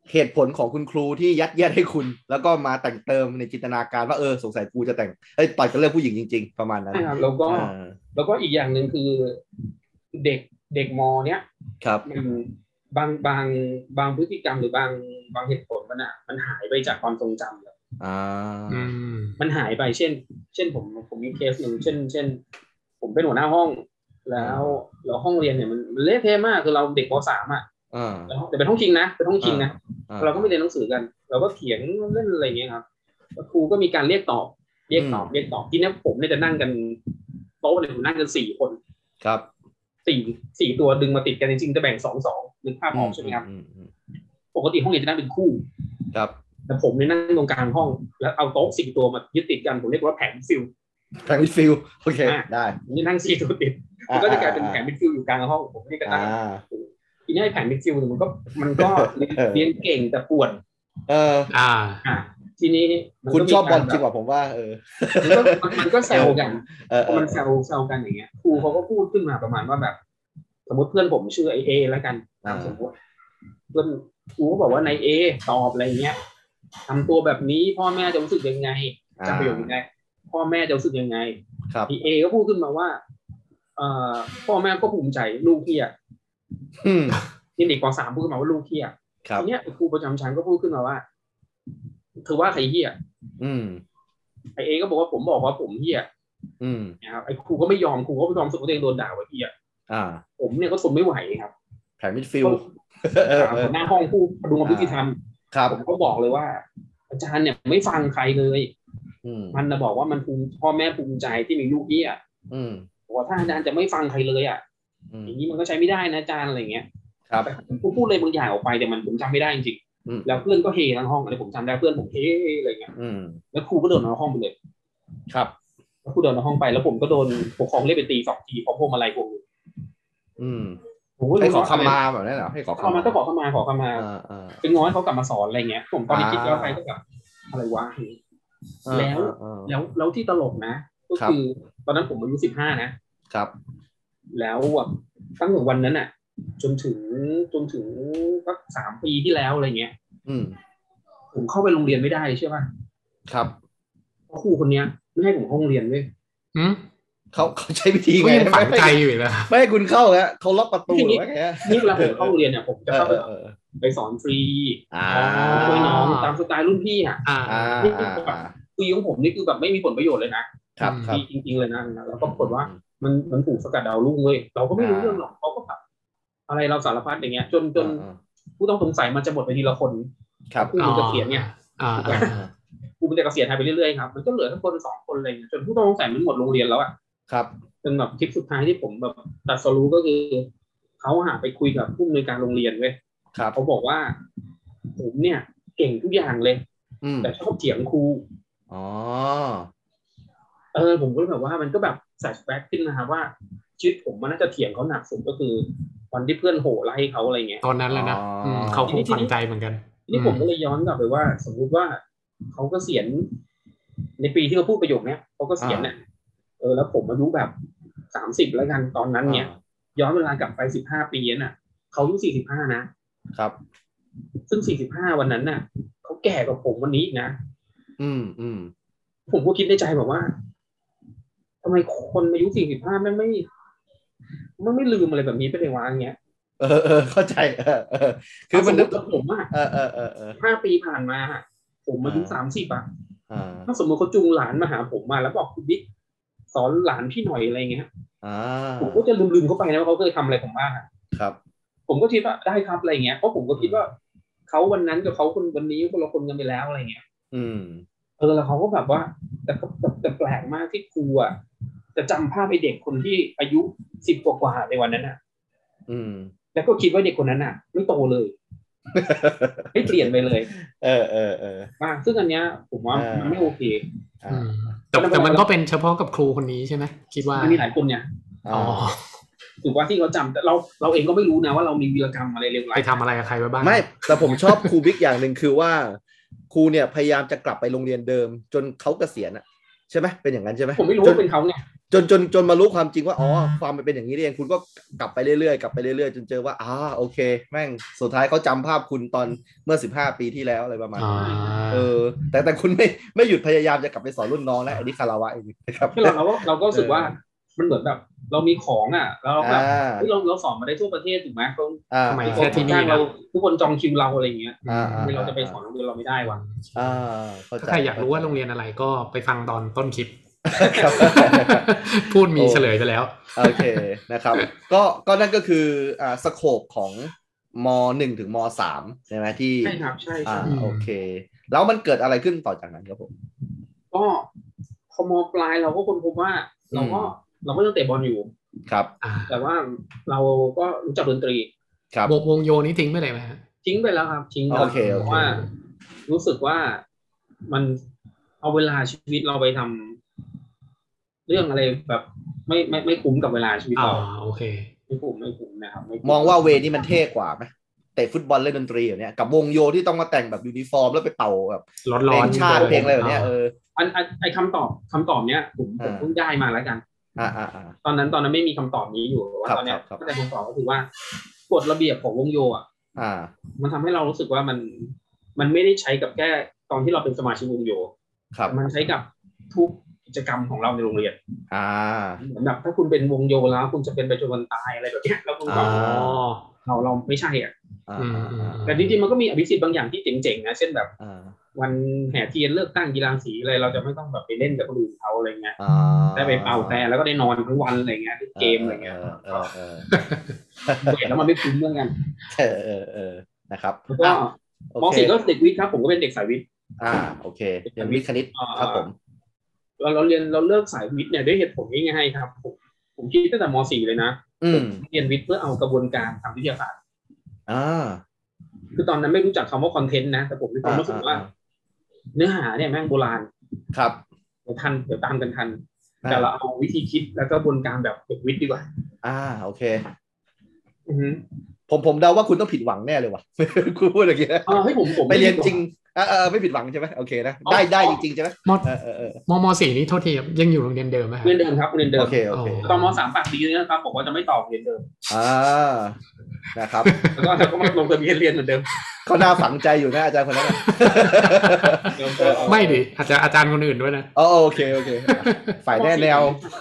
เหตุผลของคุณครูที่ยัดเยียดให้คุณแล้วก็มาแต่งเติมในจินตนาการว่าสงสัยกูจะแต่งต่อยกันเรื่องผู้หญิงจริงๆประมาณนั้น
ใช่ครับแล้วก็อีกอย่างหนึ่งคือเด็กม.เนี้ย
ครับ
บางพฤติกรรมหรือบางเหตุผลมันหายไปจากความทรงจำเลยมันหายไปเช่นผมมีเคสหนึ่งเช่นผมเป็นหัวหน้าห้องแล้วห้องเรียนเนี่ยมันเละเทะมากคือเราเด็กป.3 แต่เป็นห้องคิงนะเราก็ไม่เรียนหนังสือกันเราก็เถียงเล่นอะไรอย่างเงี้ยครับครูก็มีการเรียกตอบทีนี้ผมเนี่ยจะนั่งกันโต๊ะเนี่ยผมนั่งกัน4 คน
ครับ
สี่ตัวดึงมาติดกันจริงๆจะแบ่ง2นึกภาพออกใช่ไหมครับปกติห้องเรียนจะนั่งเป็นคู่
ครับ
แต่ผมเนี่ยนั่งตรงกลางห้องแล้วเอาโต๊ะ4 ตัวมายึดติดกันผมเรียกว่าแผงมิดฟิล
โอเคได้
นี่นั่ง4 ตัวติดมันก็จะกลายเป็นแผงมิดฟิลอยู่กลางห้องผมนี่ก็นั่งทีนี้แผงมิดฟิลมันก็เรียนเก่งแต่ป่วนทีนี้
คุณชอบบอลจริงกว่าผมว่า
มันก็แซวกันมันแซวกันอย่างเงี้ยครูเขาก็พูดขึ้นมาประมาณว่าแบบสมมติเพื่อนผมชื่อไอเอแล้วกันสมมติเพื่อนครูก็บอกว่านายเอตอบอะไรเงี้ยทำตัวแบบนี้พ่อแม่จะรู้สึกยังไงจำประโยคยังไงพ่อแม่จะรู้สึกยังไงพี่เอก็พูดขึ้นมาว่าพ่อแม่ก็ภูมิใจลูกพี่อ่ะนี่เด็กป.3พูดขึ้นมาว่าลูกพี่อ่ะทีเนี้ยครูประจำชั้นก็พูดขึ้นมาว่าเธอว่าใครเหี้ยไอเอก็บอกว่าผมบอกว่าผมเหี้ยนะครับไอครูก็ไม่ยอมครูก็ไม่ยอมสุดตัวเองโดนด่าว่าเหี้ยผมเนี่ยก็ทนไม่ไหวครับ
แผนมิดฟิล
หน้าห้องผู้ดูความยุติธรรมผมก็บอกเลยว่าอาจารย์เนี่ยไม่ฟังใครเลยมันจะบอกว่ามันภูมิพ่อแม่ภูมิใจที่มีลูกเหี้ยบอกว่าถ้าอาจารย์จะไม่ฟังใครเลยอ่ะอย่างนี้มันก็ใช้ไม่ได้นะอาจารย์อะไรเงี้ยแต่ผมพูดเลยบางอย่างออกไปแต่ผมจำไม่ได้จริงแล้วเพื่อนก็เฮทั้งห้องอะไรผมจำได้เพื่อนผมเฮอะไรเงี้ยแล้วครูก็เดินมาห้องไปเลย
ครับ
แล้วครูเดินมาห้องไปแล้วผมก็โดนปกครองเรียกไปตี2 ทีเพราะพวกอะไรผม
ให้ขอคำมาแบบนั้นเหรอให้ขอคำ
มาก็ขอคำมาเป็นง้อยเขากลับมาสอนอะไรเงี้ยผมตอนนี้คิดแล้วไปก็แบบอะไรวะแล้วที่ตลกนะก็คือตอนนั้นผมอายุ15นะครับแล้วตั้งแต่วันนั้นอ่ะจนถึงสัก3 ปีที่แล้วอะไรเงี้ยผมเข้าไปโรงเรียนไม่ได้ใช่ป่ะ
ครับ
เพราะครูคนเนี้ยไม่ให้ผมเข้าโรงเรียนเว้ย
เขาใช้วิธีไง
ฝังใจอยู่แล้ว
ไม่ให้คุณเข้าฮะเขาล็อกประตู
ไว้นี่เวลาผมเข้าโรงเรียนเนี่ยผมจะเข้าไปสอนฟรีช่วยน้องตามสไตล์รุ่นพี่อ่ะฟรีของผมนี่คือแบบไม่มีผลประโยชน์เลยนะครับจริงๆเลยนะแล้วก็ปรากฏว่ามันถูกสกัดดาวรุ่งเว้ยเราก็ไม่รู้เรื่องหรอกเขาก็แบบอะไรเราสารพัดอย่างเงี้ยจนผู้ต้องสงสัยมันจะหมดไปทีละคนผู้มันจะเสียเนี่ยผู้มันจะเกษียณหายไปเรื่อยๆครับมันก็เหลือทั้งคน2 คนอะไรเงี้ยจนผู้ต้องสงสัยมันหมดโรงเรียนแล้วอ่ะ
ครับ
จนแบบคลิปสุดท้ายที่ผมแบบตัดสรุปก็คือเขาหาไปคุยกับผู้อำนวยการโรงเรียนเว้ยเขาบอกว่าผมเนี่ยเก่งทุกอย่างเลยแต่ชอบเถียงครูผมก็แบบว่ามันก็แบบแฟลชแบ็กขึ้นนะครับว่าชีวิตผมมันน่าจะเถียงเขาหนักสุดก็คือวันที่เพื่อนโห่ไล่เขาอะไรเงี้ย
ตอนนั้นแหละนะเขาคงฝังใจเหมือนกัน
นี่ผมก็เลยย้อนกลับไปว่าสมมุติว่าเขาก็เสียนในปีที่เขาพูดประโยคนี้เขาก็เสียนเนี่ยแล้วผมอายุแบบ30แล้วกันตอนนั้นเนี่ยย้อนเวลากลับไป15 ปีน่ะเขาอายุ45นะครับซึ่ง45วันนั้นน่ะเขาแก่กว่าผมวันนี้นะผมก็คิดในใจแบบว่าทำไมคนอายุ45ไม่ลืมอะไรแบบนี้ไปเลยวะอย่างเงี้ย
เข้าใจ
คือมันนึกถึงผมอ่ะ5 ปีผ่านมาผมอายุ30ถ้าสมมติเขาจูงหลานมาหาผมมาแล้วบอกคุณบิ๊กสอนหลานพี่หน่อยอะไรเงี้ยผมก็จะลืมเขาไปนะว่าเขาเคยทำอะไรผมบ้าง
ครับ
ผมก็คิดว่าได้ครับอะไรเงี้ยเพราะผมก็คิดว่าเขาวันนั้นกับเขาคนวันนี้คนละคนกันไปแล้วอะไรเงี้ยแล้วเขาก็แบบว่าแต่แปลกมากที่ครูอ่ะจะจำภาพไอ้เด็กคนที่อายุ10 กว่าในวันนั้นอ่ะแล้วก็คิดว่าเด็กคนนั้นอ่ะไม่โตเลยไม่เปลี่ยนไปเลยซึ่งอันเนี้ยผมว่ามันไม่โอเค
แต่มันก็เป็นเฉพาะกับครูคนนี้ใช่ไหมคิดว่า
มีหลายคนเนี่ยถือว่าที่เขาจำแต่เราเองก็ไม่รู้นะว่าเรามีวีรกรรมอะไรเลวร้าย
ไปทำอะไรกับใครบ้าง
ไม่แต่ผมชอบครูบิ๊กอย่างหนึ่งคือว่าครูเนี่ยพยายามจะกลับไปโรงเรียนเดิมจนเขาเกษียณอ่ะใช่ไหมเป็นอย่างนั้นใช่ไหม
ผมไม่รู้ว่าเป็นเขาไง
จนมารู้ความจริงว่าอ๋อความมันเป็นอย่างนี้เองคุณก็กลับไปเรื่อยๆกลับไปเรื่อยๆจนเจอว่าโอเคแม่งสุดท้ายเขาจำภาพคุณตอนเมื่อ15 ปีที่แล้วอะไรประมาณนี้แต่คุณไม่หยุดพยายามจะกลับไปสอนรุ่นน้องแล้วอันนี้คารวะเองนะครับ
เราก็รู้สึกว่ามันเหมือนแบบเรามีของแล้วเราแบบเราสอนมาได้ทั่วประเทศถูกไหม
ทำไมแค่ที่นี่
เราทุกคนจองคิวเราอะไรอย่างเงี้ยเราจะไปสอนโรงเรียนเราไม่ได้ว่ะ
ถ้าใครอยากรู้ว่าโรงเรียนอะไรก็ไปฟังตอนต้นคลิปพูดมีเฉลยไปแล้ว
โอเคนะครับก็นั่นก็คือสโคปของม.1 ถึงม.3 ใช่ไหมที่
ใช่ครับใช่
โอเคแล้วมันเกิดอะไรขึ้นต่อจากนั้นครับผม
ก็พอม.ปลายเราก็ค้นพบว่าเราก็ยังเตะบอลอยู่
ครับ
แต่ว่าเราก็รู้จักดนตรี
ครับ
วงโยนี้ทิ้งไปเลยไหมฮะ
ทิ้งไปแล้วครับทิ้ง
โอเค
เพราะว่ารู้สึกว่ามันเอาเวลาชีวิตเราไปทำเรื่องอะไรแบบไม่คุ้มกับเวลาชีวิตเรา
โอเค
ไม่คุ้มนะครับ
มองว่าเวนี้มันเท่กว่าไหมเตะฟุตบอลเล่นดนตรีอย่างเนี้ยกับวงโยที่ต้องมาแต่งแบบยูนิฟอร์มแล้วไปเป่าแบบเพลงชาติเพลงอะไรแบบเนี้ย
ไอคำตอบเนี้ยผมเพิ่งได้มาแล้วกันตอนนั้นไม่มีคำตอบนี้อยู่ว่าตอนเนี้ยแต่คำตอบก็คือว่ากฎระเบียบของวงโยมันทำให้เรารู้สึกว่ามันไม่ได้ใช้กับแค่ตอนที่เราเป็นสมาชิกวงโยมันใช้กับทุกกิจกรรมของเราในโรงเรียนเหมือนแบบถ้าคุณเป็นวงโยแล้วคุณจะเป็นไปจนวันตายอะไรแบบนี้แล้วคุณก็เราไม่ใช่แต่จริงๆมันก็มีอภิสิทธิ์บางอย่างที่เจ๋งๆนะเช่นแบบวันแห่เทียนเลิกตั้งกีฬาสีอะไรเราจะไม่ต้องแบบไปเล่นกับคนอื่นเขาอะไรเงี้ยได้ไปเป่าแต่แล้วก็ได้นอนทั้งวันอะไรเงี้ยเกมอะไรเงี้ยแล้วมันไม่คุ้มเรื่องกัน
นะครับ
ก็ม.4ก็เด็กวิทย์ครับผมก็เป็นเด็กสายวิทย์
โอเคเรียนวิทย์คณิตครับผม
เราเลิกสายวิทย์เนี่ยด้วยเหตุผลง่ายๆครับผมคิดตั้งแต่ม.4เลยนะผมเรียนวิทย์เพื่อเอากระบวนการทำวิทยาศาสตร์คือตอนนั้นไม่รู้จักคำว่าคอนเทนต์นะแต่ผมมีความรู้สึกว่าเนื้อหาเนี่ยแม่งโบราณ
ครับ
เดี๋ยวตามกันทันแต่เราเอาวิธีคิดแล้วก็กระบวนการแบบเด็กวิทย์ดีกว่า
โอเคผมเดาว่าคุณต้องผิดหวังแน่เลยว่ะคุณพูดอย่างนี้
ให้ผม
ไปเรียนจริงไม่ผิดหวังใช่ไหมโอเคนะได้จริงๆใช่ไหม
ม.4นี่โทษทียังอยู่โรงเรียนเดิมไหม
เรียนเดิมครับเรียนเดิม
โอเค
ตอนม.3 ปากดีนะครับบอกว่าจะไม่ตอบเรียนเดิม
นะครับ
แล้วก็มาลงทะเบียนเรียนเหมือนเดิม
เขาน่าฝังใจอยู่นะอาจารย์คนนั้น
ไม่ดิอาจารย์คนอื่นด้วยนะ
โอเคฝ่ายแน่แนว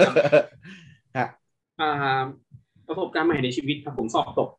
ประสบการณ์ใหม่ในชีวิตครับผมสอบตก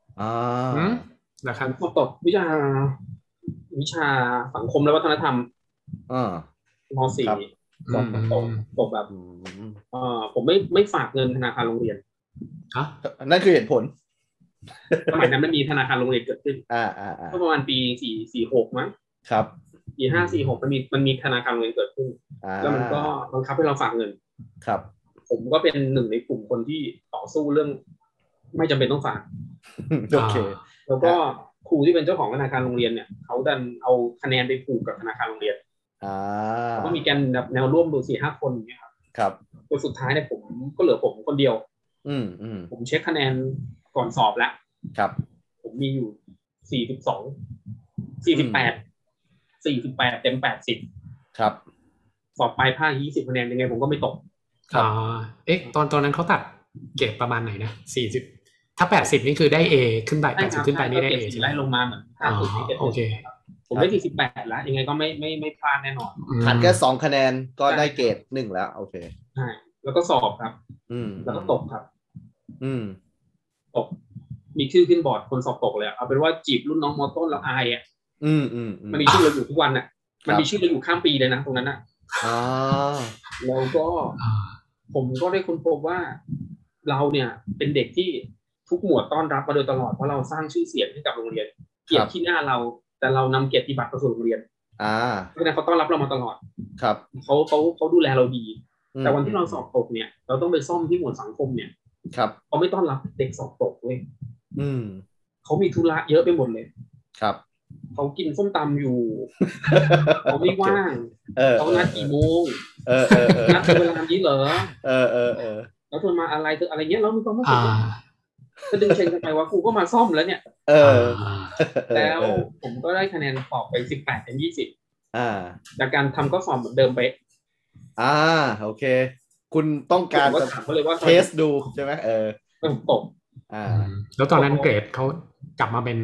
นะครับ
สอบตกวิชาสังคมและวัฒนธรรมม.4 สอบตกแบบผมไม่ฝากเงินธนาคารโรงเรียน
นั่นคือเหตุผล
สมัยนั้นมันมีธนาคารโรงเรียนเกิดขึ้นก็ประมาณปี446มั้ง
ครับ
ปี546มันมีธนาคารโรงเรียนเกิดขึ้นแล้วมันก็บังคับให้เราฝากเงิน
ครับ
ผมก็เป็นหนึ่งในกลุ่มคนที่ต่อสู้เรื่องไม่จำเป็นต้องฝาก
โอเค
แล้วก็ครูที่เป็นเจ้าของธนาคารโรงเรียนเนี่ยเขาดันเอาคะแนนไปผูกกับธนาคารโรงเรียนก็มีกันแบบแนวร่วมดู4-5 คนอย่างเงี้ย
ครับ
จนสุดท้ายเนี่ยผมก็เหลือผมคนเดียวผมเช็คคะแนนก่อนสอบแล้ว
ครับ
ผมมีอยู่48เต็ม80
ครับ
สอบปลายภาค20คะแนนยังไงผมก็ไม่ตก
ตอนนั้นเขาตัดเกรดประมาณไหนนะ40ถ้า80นี่คือได้ A ขึ้นไป80ขึ้นไปนี่ได้ A
ไล่ลงมาเหมือน
โอเค
ผมได้48แล้วยังไงก็ไม่พลาดแน่นอน
ขาดแค่2คะแนนก็ได้เกรด1แล้วโอเค
ใช่แล้วก็สอบครับแล้วก็ตกครับตกมีชื่อขึ้นบอร์ดคนสอบตกเลยเอาเป็นว่าจีบรุ่นน้องม.ต้นแล้วอายมันมีชื่อเราอยู่ทุกวันมันมีชื่อเราอยู่ข้ามปีเลยนะตรงนั้นแล้วก็ผมก็ได้ค้นพบว่าเราเนี่ยเป็นเด็กที่ทุกหมวดต้อนรับมาโดยตลอดเพราะเราสร้างชื่อเสียงให้กับโรงเรียนเกียรติที่หน้าเราแต่เรานำเกียรติบัตรไปสู่โรงเรียนเพราะฉะนั้นเขาต้อนรับเรามาตลอด
ครับ
เขาดูแลเราดีแต่วันที่เราสอบตกเนี่ยเราต้องไปซ่อมที่หมวดสังคมเนี่ยเขาไม่ต้อนรับเด็กสอบตกเว้ยเขามีธุระเยอะไปหมดเลย
ครับ
เขากินส้มตำอยู่เขาไม่ว่างเขานัดกี่โมงนัดเวลานี้เหรอแล้วเธอมาอะไรเธออะไรเงี้ยแล้วมันก็ไม่ถูกก็ดึงเชงกันไปว่ากูก็มาซ่อมแล้วเนี่ยแล้วผมก็ได้คะแนนสอบไป18 เต็ม 20จากการทำก็สอบเหมือนเดิมไป
โอเคคุณต้องการจะเทสดูใช่ไหม
ผมตก
แล้วตอนนั้นเกรดเขากลับมาเป็น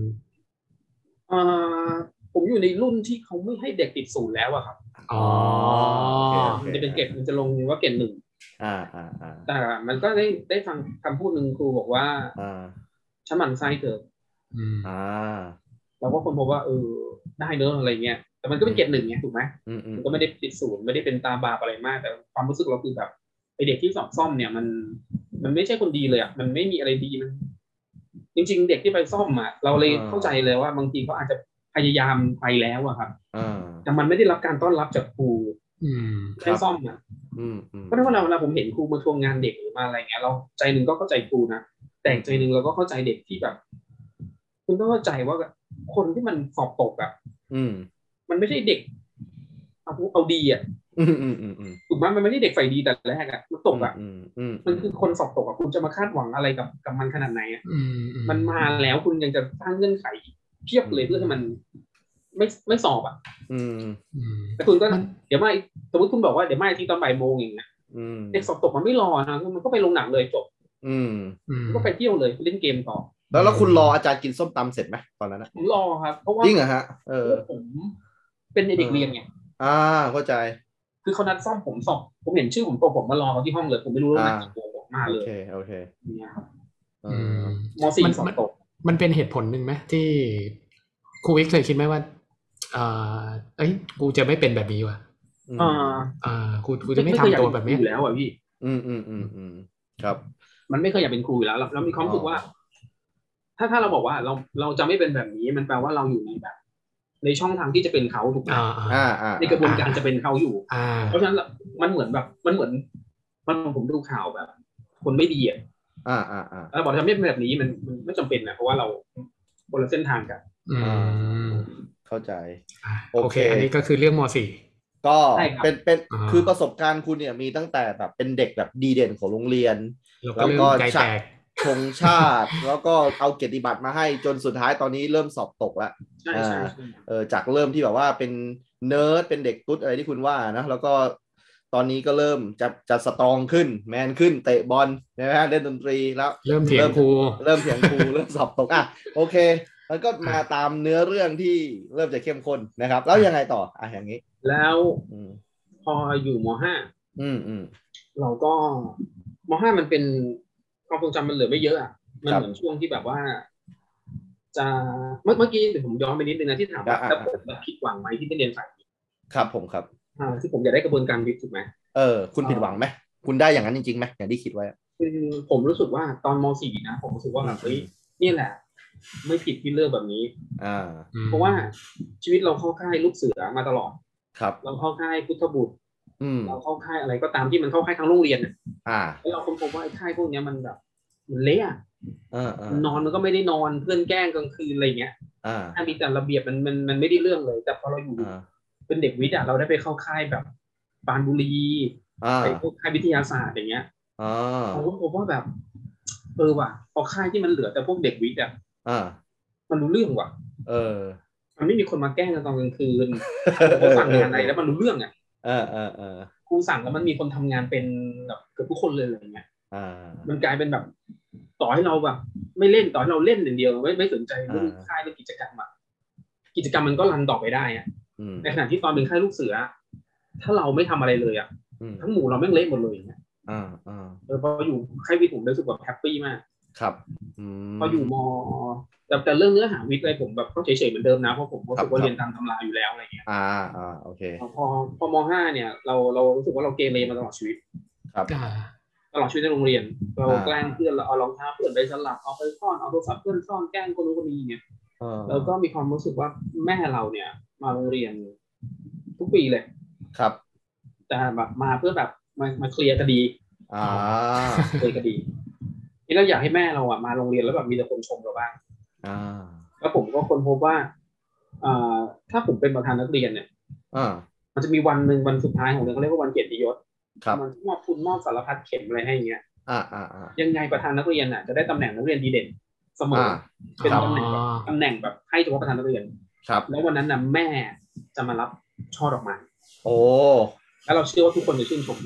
ผมอยู่ในรุ่นที่เขาไม่ให้เด็กติด0แล้วอะครับมันจะเป็นเกรดมันจะลงว่าเกรด1แต่มันก็ได้ฟังคำพูดหนึ่งครูบอกว่าฉันหมั่นไส้เธอเราก็คนพบว่าได้เนอะอะไรเงี้ยแต่มันก็เป็นเกรด1ไงถูกไหมมันก็ไม่ได้ติด0ไม่ได้เป็นตาบาปอะไรมากแต่ความรู้สึกเราคือแบบไอเด็กที่สอบซ่อมเนี่ยมันไม่ใช่คนดีเลยอ่ะมันไม่มีอะไรดีมันจริงๆเด็กที่ไปซ่อมอ่ะเราเลยเข้าใจเลยว่าบางทีเขาอาจจะพยายามไปแล้วอะครับแต่มันไม่ได้รับการต้อนรับจากครูให้ซ่อมอ่ะเพราะถ้าเวลาผมเห็นครูมาทวงงานเด็กหรือมาอะไรเงี้ยเราใจหนึ่งก็เข้าใจครูนะแต่ใจหนึ่งเราก็เข้าใจเด็กที่แบบคุณต้องเข้าใจว่าคนที่มันสอบตกอ่ะมันไม่ใช่เด็กเอาดีอ่ะถูกไหมมันไม่ใช่เด็กฝ่ายดีแต่แรกอ่ะมันตกอ่ะมันคือคนสอบตกอ่ะคุณจะมาคาดหวังอะไรกับมันขนาดไหนอ่ะมันมาแล้วคุณยังจะสร้างเงื่อนไขเพียบเลยเพื่อให้มันไม่สอบอ่ะแต่คุณก็เดี๋ยวไม่สมมติคุณบอกว่าเดี๋ยวไม่ที่ตอนบ่ายโมงอย่างเงี้ยเด็กสอบตกมันไม่รอนะมันก็ไปลงหนังเลยจบก็ไปเที่ยวเลยเล่นเกมต่อ
แล้วคุณรออาจารย์กินส้มตำเสร็จไหมตอนนั้น
ผมรอครับเพราะว่า
จริงเหรอฮะ
ผมเป็นเด็กเรียนไง
เข้าใจ
คือเขานัดซ่อมผมสอบผมเห็นชื่อผมตกผมมารอเขาที่ห้องเลยผมไม่รู้ว่ามันกี่โมงบอกมาเลย
โอเค
เนี่ยครับม.4 สอบตก
มันเป็นเหตุผลหนึ่งไหมที่ครูวิกเคยคิดไหมว่ากูจะไม่เป็นแบบนี้วะกูจะไม่ทำตัวแบบนี้
อยู่แล้วอ่ะพี่
ครับ
มันไม่เคยอยากเป็นครูอยู่แล้วเรามีความรู้สึกว่าถ้าเราบอกว่าเราจะไม่เป็นแบบนี้มันแปลว่าเราอยู่ในแบบในช่องทางที่จะเป็นเขาถูกไหมในกระบวนการจะเป็นเขาอยู่เพราะฉะนั้นมันเหมือนแบบมันเหมือนผมดูข่าวแบบคนไม่ดีอ่ะแล้วบอกทำไม่เป็นแบบนี้มันไม่จำเป็นนะเพราะว่าเราคนละเส้นทางกัน
เข้าใจ
โอเคอันนี้ก็คือเรื่องม.4
ก็เป็นคือประสบการณ์คุณเนี่ยมีตั้งแต่แบบเป็นเด็กแบบดีเด่นของโรงเรียน
แล้วก็
ชงชาติแล้วก็เอาเกียรติบัตรมาให้จนสุดท้ายตอนนี้เริ่มสอบตกแล้วจากเริ่มที่แบบว่าเป็นเนิร์ดเป็นเด็กตุ๊ดอะไรที่คุณว่านะแล้วก็ตอนนี้ก็เริ่มจะสตรองขึ้นแมนขึ้นเตะบอลนะฮะเล่นดนตรีแล้ว
เริ่มเถียงครู
เริ่มสอบตกโอเคมันก็มาตามเนื้อเรื่องที่เริ่มจะเข้มข้นนะครับแล้วยังไงต่ออย่างนี้
แล้วพออยู่ม.5เราก็ม.5มันเป็นความทรงจำมันเหลือไม่เยอะอ่ะมันเหมือนช่วงที่แบบว่าจะเมื่อกี้เดี๋ยวผมย้อนไปนิดนึงนะที่ถามว่าแล้วผมผิดหวังไหมที่ได้เรียนสาย
ครับผมครับ
ที่ผมอยากได้กระบวนการวิทย์ถูกไหม
คุณผิดหวังไหมคุณได้อย่างนั้นจริงๆไหมอย่างที่คิดไว้
คือผมรู้สึกว่าตอนม.4 นะผมรู้สึกว่าแบบนี่แหละไม่ผิดที่เลือกแบบนี้เพราะว่าชีวิตเราเข้าค่ายลูกเสือมาตลอด
ครับ
เราเข้าค่ายพุทธบุตรเราเข้าค่ายอะไรก็ตามที่มันเข้าค่ายทั้งโรงเรียนแล้วเราค้นพบว่าไอ้ค่ายพวกนี้มันแบบมันเละนอนมันก็ไม่ได้นอนเพื่อนแกล้งกลางคืนอะไรเงี้ยถ้ามีแต่ระเบียบมันไม่ได้เรื่องเลยแต่พอเราอยู่เป็นเด็กวิทย์เราได้ไปเข้าค่ายแบบปานบุรีไปพวกค่ายวิทยาศาสตร์อย่างเงี้ยเราก็พบว่าแบบว่ะพอค่ายที่มันเหลือแต่พวกเด็กวิทย์มันรู้เรื่องว่ะมันไม่มีคนมาแกล้งกันตอนกลางคืนเขาสั่งงานอะไรแล้วมันรู้เรื่องครูสั่งแล้วมันมีคนทำงานเป็นแบบเกือบทุกคนเลยอะไรเงี้ยมันกลายเป็นแบบต่อให้เราแบบไม่เล่นต่อให้เราเล่นอย่างเดียวไม่สนใจเรื่องค่ายเรื่องกิจกรรมกิจกรรมมันก็รันต่อไปได้ในขณะที่ตอนเป็นค่ายลูกเสือถ้าเราไม่ทำอะไรเลยทั้งหมู่เราแม่งเละหมดเลยอย่างเงี้ยพออยู่ค่ายวิทย์ผมรู้สึกแบบแฮปปี้มาก
ครับ
พออยู่ม.แต่เรื่องเนื้อหาวิทย์อะไรผมแบบก็เฉยๆเหมือนเดิมนะเพราะผมรู้สึกว่าเรียนตามตำราอยู่แล้วอะไรเงี้ย
โอเค
พอม.5 เนี่ยเรารู้สึกว่าเราเกเรมาตลอดชีวิต
ครับ
ตลอดชีวิตในโรงเรียนเราแกล้งเพื่อนเราเอารองเท้าเพื่อนไปสลับเอาไปซ่อนเอาโทรศัพท์เพื่อนซ่อนแกล้งคนนู้นคนนี้เนี่ยแล้วก็มีความรู้สึกว่าแม่เราเนี่ยมาโรงเรียนทุกปีเลย
ครับ
แต่แบบมาเพื่อแบบมาเคลียร์คดีเคลียร์คดีนี่เราอยากให้แม่เรามาโรงเรียนแล้วแบบมีแต่คนชมเราบ้างแล้วผมก็ค้นพบว่าถ้าผมเป็นประธานนักเรียนเนี่ยมันจะมีวันหนึ่งวันสุดท้ายของเดือนเขาเรียกว่าวันเกียรติยศมันมอบทุนมอบสารพัดเข็มอะไรให้เงี้ยยังไงประธานนักเรียนจะได้ตำแหน่งนักเรียนดีเด่นเสมอเป็นตำแหน่งแบบให้เฉพาะประธานนักเรียนแล้ววันนั้นแม่จะมารับช่อดอกไม้แล้วเราเชื่อว่าทุกคนจะชื่นชมแม่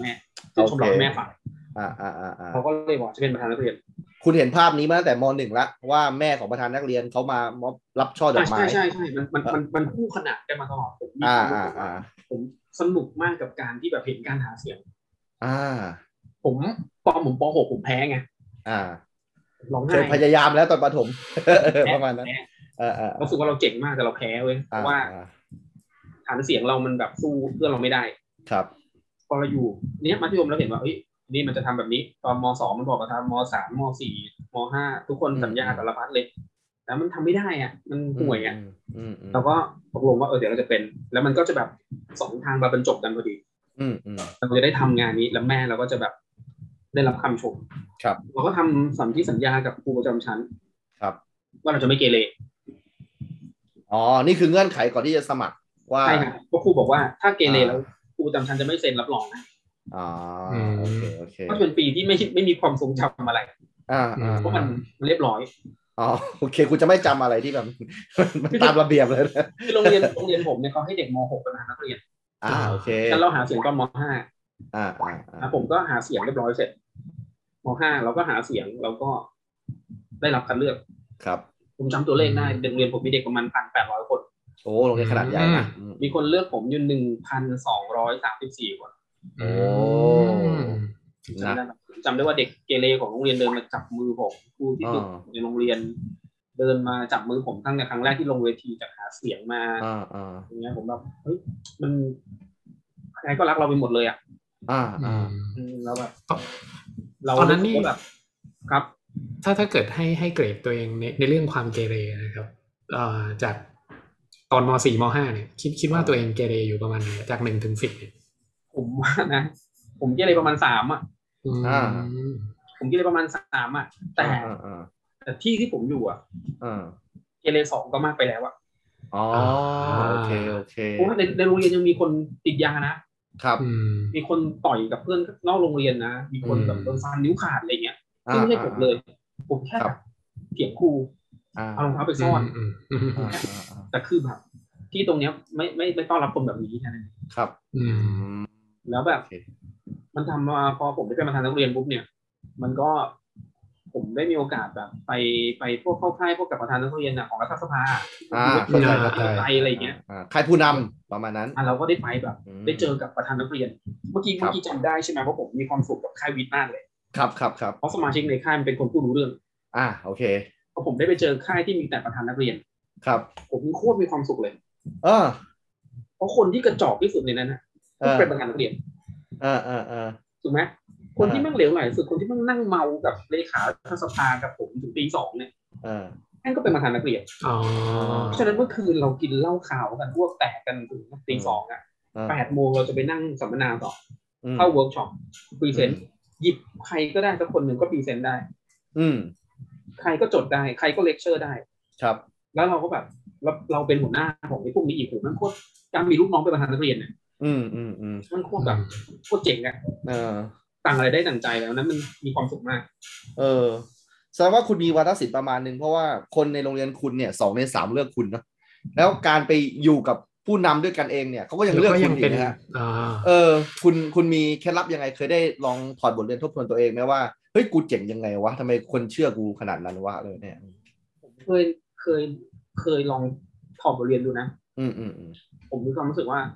ชื่นชมเราให้แม่ฟังเขาก็เลยบอกจะเป็นประธานนักเรียน
คุณเห็นภาพนี้มาตั้งแต่ม.1แล้วว่าแม่ของประธานนักเรียนเขามารับช่อดอกไม้
ใช่มันคู่ขนานกันมาตลอดผมมีความรู้สึกว่าผมสนุกมากกับการที่แบบเห็นการหาเสียงผมป.6 ผมแพ้ไง
ร้องไห้พยายามแล้วตอนประถมประมาณนั้น
รู้สึกว่าเราเจ๋งมากแต่เราแพ้เว้ยเพราะว่าฐานเสียงเรามันแบบสู้เพื่อนเราไม่ได้
ครับ
พอเราอยู่เนี้ยมัธยมเราเห็นว่าเอ้ยนี่มันจะทำแบบนี้ตอนม.2มันบอกว่าทำม.3 ม.4 ม.5 ทุกคนสัญญาสารพัดเลยแต่มันทำไม่ได้อ่ะมันห่วยอ่ะเราก็ตกลงว่าเดี๋ยวเราจะเป็นแล้วมันก็จะแบบ2ทางมาบรรจบกันพอดีเราจะได้ทำงานนี้แล้วแม่เราก็จะแบบได้รับคำชม
ครับ
เราก็ทำสัญญากับครูประจำชั้น
ครับ
ว่าเราจะไม่เกเร
นี่คือเงื่อนไขก่อนที่จะสมัครว่า
ใช่ครับเพราะครูบอกว่าถ้าเกเรแล้วครูประจำชั้นจะไม่เซ็นรับรองนะ
โอเค
ก็เป็นปีที่ไม่มีความทรงจำอะไรเพราะมันเรียบร้อย
โอเคคุณจะไม่จำอะไรที่แบบตามระเบียบเลย
คือโรงเรียนผมเนี่ยเขาให้เด็กม.6 เป็นนักเรียน
โอเค
งั้นเราหาเสียงตอนม.5ผมก็หาเสียงเรียบร้อยเสร็จม.5เราก็หาเสียงเราก็ได้รับคัดเลือก
ครับ
ผมจำตัวเลขได้โรงเรียนผมมีเด็กประมาณ 1,800 คน
โอ้โรงเรียนขนาดใหญ่นะ
มีคนเลือกผมอยู่ 1,234 คน
โอ้
จำได้ว่าเด็กเกเรของโรงเรียนเดินมาจับมือผมครูที่ฝึกในโรงเรียนเดินมาจับมือผมตั้งแต่ครั้งแรกที่ลงเวทีจากหาเสียงมาอย่างเงี้ยผมแบบเฮ้ยมันใครก็รักเราไปหมดเลยอ่ะแล้วแบบ
ตอนนั้นนี่
แบบครับ
ถ้าเกิดให้เกรดตัวเองในเรื่องความเกเรนะครับจากตอนม.4 ม.5 เนี่ยคิดว่าตัวเองเกเรอยู่ประมาณไหนจาก1 ถึง 10เนี่ย
ผมว่านะผมเกเรประมาณ3อ่ะผมเกเรประมาณ3อ่ะแต่ที่ผมอยู่อ่ะเกเร2ก็มากไปแล้วอ่ะ
โอเค
เพราะว่าในโรงเรียนยังมีคนติดยานะครับมีคนต่อยกับเพื่อนนอกโรงเรียนนะมีคนแบบโดนฟันนิ้วขาดอะไรเงี้ยซึ่งไม่ใช่ผมเลยผมแค่เถียงครูเอารองเท้าไปซ่อนแต่คือแบบที่ตรงเนี้ยไม่ต้อนรับคนแบบนี้นะครับแล้วแบบมันทำมาพอผมได้เป็นประธานนักเรียนปุ๊บเนี่ยมันก็ผมได้มีโอกาสแบบไปพวกเข้าค่ายพวกกับประธานนักเรียนของรัฐสภา
ใจ
อะไรเงี้ย
ค่ายผู้นำประมาณนั้น
เราก็ได้ไปแบบได้เจอกับประธานนักเรียนเมื่อกี้จำได้ใช่ไหมว่าผมมีความสุขกับค่ายวิทย์มากเลย
ครับ
เพราะสมาชิกในค่ายมันเป็นคนผู้รู้เรื่อง
โอเค
พอผมได้ไปเจอค่ายที่มีแต่ประธานนักเรียน
ครับ
ผมโคตรมีความสุขเลยเพราะคนที่กระจอกที่สุดในนั้นนะเป็นประธานนักเรียนถูกไหมคนที่มั่งเหลวไหลสุดคนที่มั่งนั่งเมากับเลขารัฐสภากับผมถึงตี 2เนี่ยนั่นก็เป็นประธานนักเรียนเพราะฉะนั้นเมื่อคืนเรากินเหล้าขาวกันพวกแตกกันถึงตี 2 8 โมงเราจะไปนั่งสัมมนาต่อเข้าเวิร์กช็อปพรีเซนต์หยิบใครก็ได้สักคนหนึ่งก็พรีเซนต์ได้ใครก็จดได้ใครก็เลคเชอร์ได้
ครับ
แล้วเราก็แบบเราเป็นหัวหน้าของไอ้พวกนี้อีกโหมันโคตรการมีลูกน้องเป็นประธานนักเรียนเนี่ยมันโคตรแบบโคตรเจ๋งอ่ะต่างอะไรได้ต่างใจแล้วนั้นมันมีความสุขมาก
แสดงว่าคุณมีวาทศิลป์ประมาณนึงเพราะว่าคนในโรงเรียนคุณเนี่ย2 ใน 3เลือกคุณเนาะแล้วการไปอยู่กับผู้นำด้วยกันเองเนี่ยเขาก็ยังเลือกคุณอีกนะฮะคุณมีเคล็ดลับยังไงเคยได้ลองถอดบทเรียนทบทวนตัวเองไหมว่าเฮ้ยกูเจ๋งยังไงวะทำไมคนเชื่อกูขนาดนั้นวะเลยเนี่ย
ผมเคยลองถอดบทเรียนดูนะผมมีความรู้สึกว่า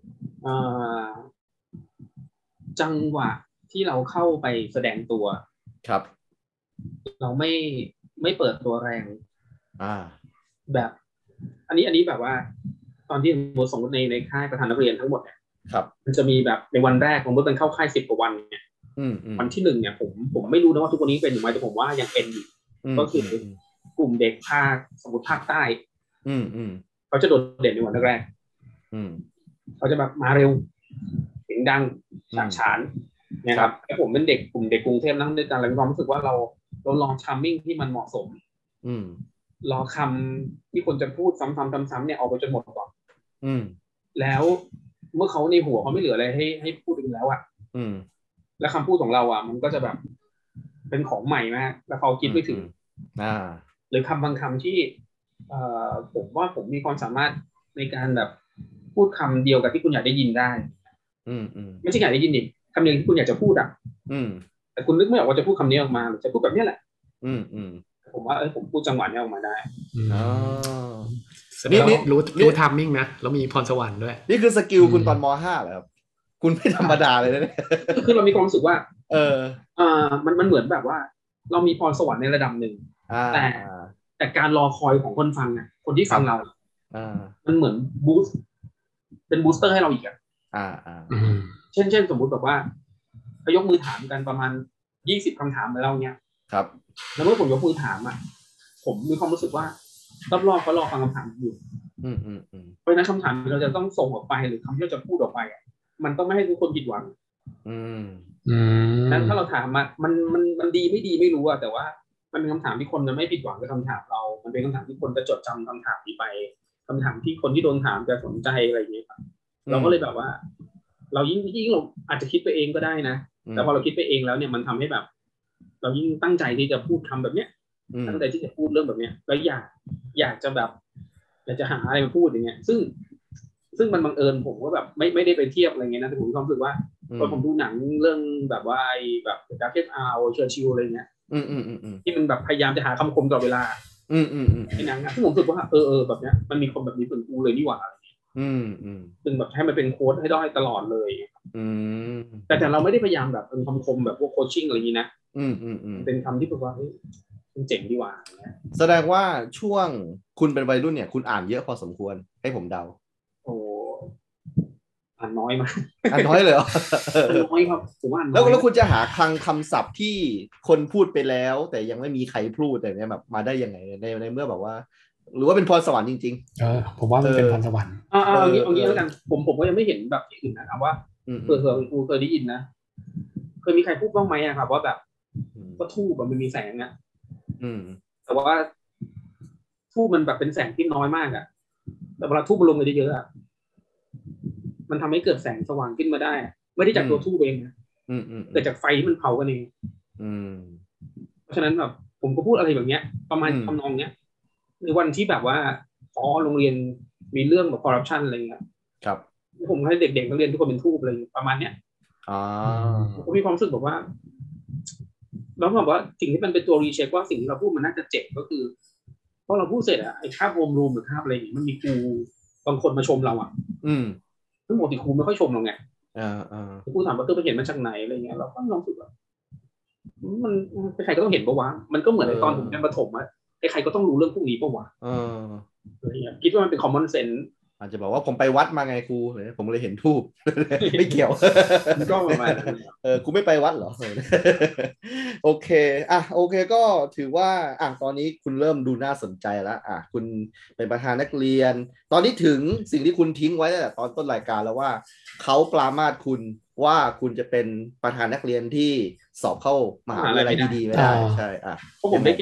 จังหวะที่เราเข้าไปแสดงตัว
ครับ
เราไม่เปิดตัวแรงแบบอันนี้แบบว่าตอนที่สมมติในค่ายประธานนักเรียนทั้งหมดเนี่ย
ครับ
มันจะมีแบบในวันแรกผมเป็นเข้าค่าย10 กว่าวันเนี่ยวันที่1เนี่ยผมไม่รู้นะว่าทุกวันนี้เป็นหรือไม่แต่ผมว่ายังเป็นอยู่ก็คือกลุ่มเด็กภาคสมมติภาคใต้เขาจะโดดเด่นในวันแรกเขาจะแบบมาเร็วเสียงดังฉาฉานนะครับแล้วผมเป็นเด็กกลุ่มเด็กกรุงเทพนั่งด้วยกันแล้วมีความรู้สึกว่าเราลองทัมมิ่งที่มันเหมาะสมรอคำที่คนจะพูดซ้ำๆเนี่ยออกไปจนหมดก่อนแล้วเมื่อเขาในหัวเขาไม่เหลืออะไรให้พูดอีกแล้วอ่ะแล้วคำพูดของเราอ่ะมันก็จะแบบเป็นของใหม่มากแล้วเขาคิดไม่ถึงหรือคำบางคำที่ผมว่าผมมีความสามารถในการแบบพูดคำเดียวกับที่คุณอยากได้ยินได้ไม่ใช่อยากได้ยินดิคำเนียงที่คุณอยากจะพูดอ่ะแต่คุณนึกไม่ออกว่าจะพูดคำนี้ออกมาหรือจะพูดแบบนี้แหละผมว่าผมพูดจังหวะนี้ออกมาได้
นี่รู้ทัมมิ่งนะแล้วมีพรสวรรค์ด้วย
นี่คือสกิลคุณตอนม.5 เหรอครับคุณไม่ธรรมดาเลยนะเนี่ย
คือเรามีความรู้สึกว่ามันเหมือนแบบว่าเรามีพรสวรรค์ในระดับหนึ่งแต่การรอคอยของคนฟังอ่ะคนที่ฟังเรามันเหมือนบูสต์เป็นบูสเตอร์ให้เราอีกเช่นสมมุติแบบว่าเขายกมือถามกันประมาณ20คำถามแล้วเนี้ย
ครับ
แล้วเมื่อผมยกมือถามอ่ะผมมีความรู้สึกว่ารอบๆเขารอฟังคำถามอยู่เพราะฉะนั้นคำถามเราจะต้องส่งออกไปหรือคำที่เราจะพูดออกไปมันต้องไม่ให้ทุกคนผิดหวังนั้นถ้าเราถามมันดีไม่ดีไม่รู้อะแต่ว่ามันเป็นคำถามที่คนจะไม่ผิดหวังกับคำถามเรามันเป็นคำถามที่คนจะจดจำคำถามนี้ไปคำถามที่คนที่โดนถามจะสนใจอะไรอย่างเงี้ยครับเราก็เลยแบบว่าเรายิ่งเราอาจจะคิดไปเองก็ได้นะแต่พอเราคิดไปเองแล้วเนี่ยมันทำให้แบบเรายิ่งตั้งใจที่จะพูดคำแบบเนี้ยตั้งใจที่จะพูดเรื่องแบบเนี้ยแล้วอยากจะแบบอยากจะหาอะไรมาพูดอย่างเงี้ยซึ่งมันบังเอิญผมก็แบบไม่ได้ไปเทียบอะไรเงี้ยนะแต่ผมมีความรู้สึกว่าตอนผมดูหนังเรื่องแบบว่าไอ้แบบดาร์คเนทเอาเชอร์ชิลอะไรเงี้ยที่มันแบบพยายามจะหาคำคมตลอดเวลาไอ้หนังที่ผมรู้สึกว่าแบบเนี้ยมันมีคนแบบนี้เหมือนกูเลยนี่หว่าซึ่งแบบให้มันเป็นโค้ดให้ได้ตลอดเลยแต่เราไม่ได้พยายามแบบเป็นคำคมแบบพวกโคชชิ่งอะไรอย่างนี้นะเป็นคำที่แบบว่ามันเจ๋งดีกว่า
แสดงว่าช่วงคุณเป็นวัยรุ่นเนี่ยคุณอ่านเยอะพอสมควรให้ผมเดา
โอ้อ่านน้อยมาก
อ่านน้อยเลยเหรอ
น้อยครับผมว่า
แล้วคุณจะหาคลังคำศัพท์ที่คนพูดไปแล้วแต่ยังไม่มีใครพูดแต่เนี่ยแบบมาได้ยังไงในเมื่อแบบว่าหรือว่าเป็นพรสวรรค์จริง
ๆผมว่ามันเป็นพรสวรรค์
เอางี้แล้วกันผมก็ยังไม่เห็นแบบที่อื่นนะครับว่าเผื่อคุณครูเคยได้ยินนะเคยมีใครพูดบ้างไหมครับว่าแบบว่าทูบมันมีแสงอ่ะแต่ว่าทูบมันแบบเป็นแสงที่น้อยมากอ่ะแต่เวลาทูบมันลงไปเยอะๆอ่ะมันทำให้เกิดแสงสว่างขึ้นมาได้ไม่ได้จากตัวทูบเองนะเกิดจากไฟที่มันเผากันเองเพราะฉะนั้นแบบผมก็พูดอะไรแบบเนี้ยประมาณทำนองเนี้ยในวันที่แบบว่าโรงเรียนมีเรื่องแบบคอร์รัปชันอะไรเงี้ย
ครับ
ผมให้เด็กๆนักเรียนทุกคนเป็นทูบอะไรประมาณเนี้ยผมมีความรู้สึกแบบว่าแล้วแบบว่าสิ่งที่มันเป็นตัวรีเช็คว่าสิ่งที่เราพูดมันน่าจะเจ็บก็คือพอเราพูดเสร็จอะไอ้คาบโฮมรูมหรือคาบอะไรอย่างนี้มันมีครูบางคนมาชมเราอะซึ่งปกติครูไม่ค่อยชมเราไงครูถามว่าไปเห็นมาจากไหนอะไรเงี้ยเราก็ลองรู้สึกว่ามันใครก็ต้องเห็นปะวะมันก็เหมือนในตอนผมเรียนประถมอะใครก็ต้องรู้เรื่องพวกนี้ปะวะคิดว่ามันเป็น common sense
อาจจะบอกว่าผมไปวัดมาไงครูผมเลยเห็นทูบไม่เกี่ยว
ก็ประมาณ
ครูไม่ไปวัดเหรอโอเคโอเคก็ถือว่าตอนนี้คุณเริ่มดูน่าสนใจแล้วคุณเป็นประธานนักเรียนตอนนี้ถึงสิ่งที่คุณทิ้งไว้ตั้งแต่ตอนต้นรายการแล้วว่าเขาปรามาสคุณว่าคุณจะเป็นประธานนักเรียนที่สอบเข้ามหาวิทยาลัยดีๆไม่ได้ใช่
เพราะผมได้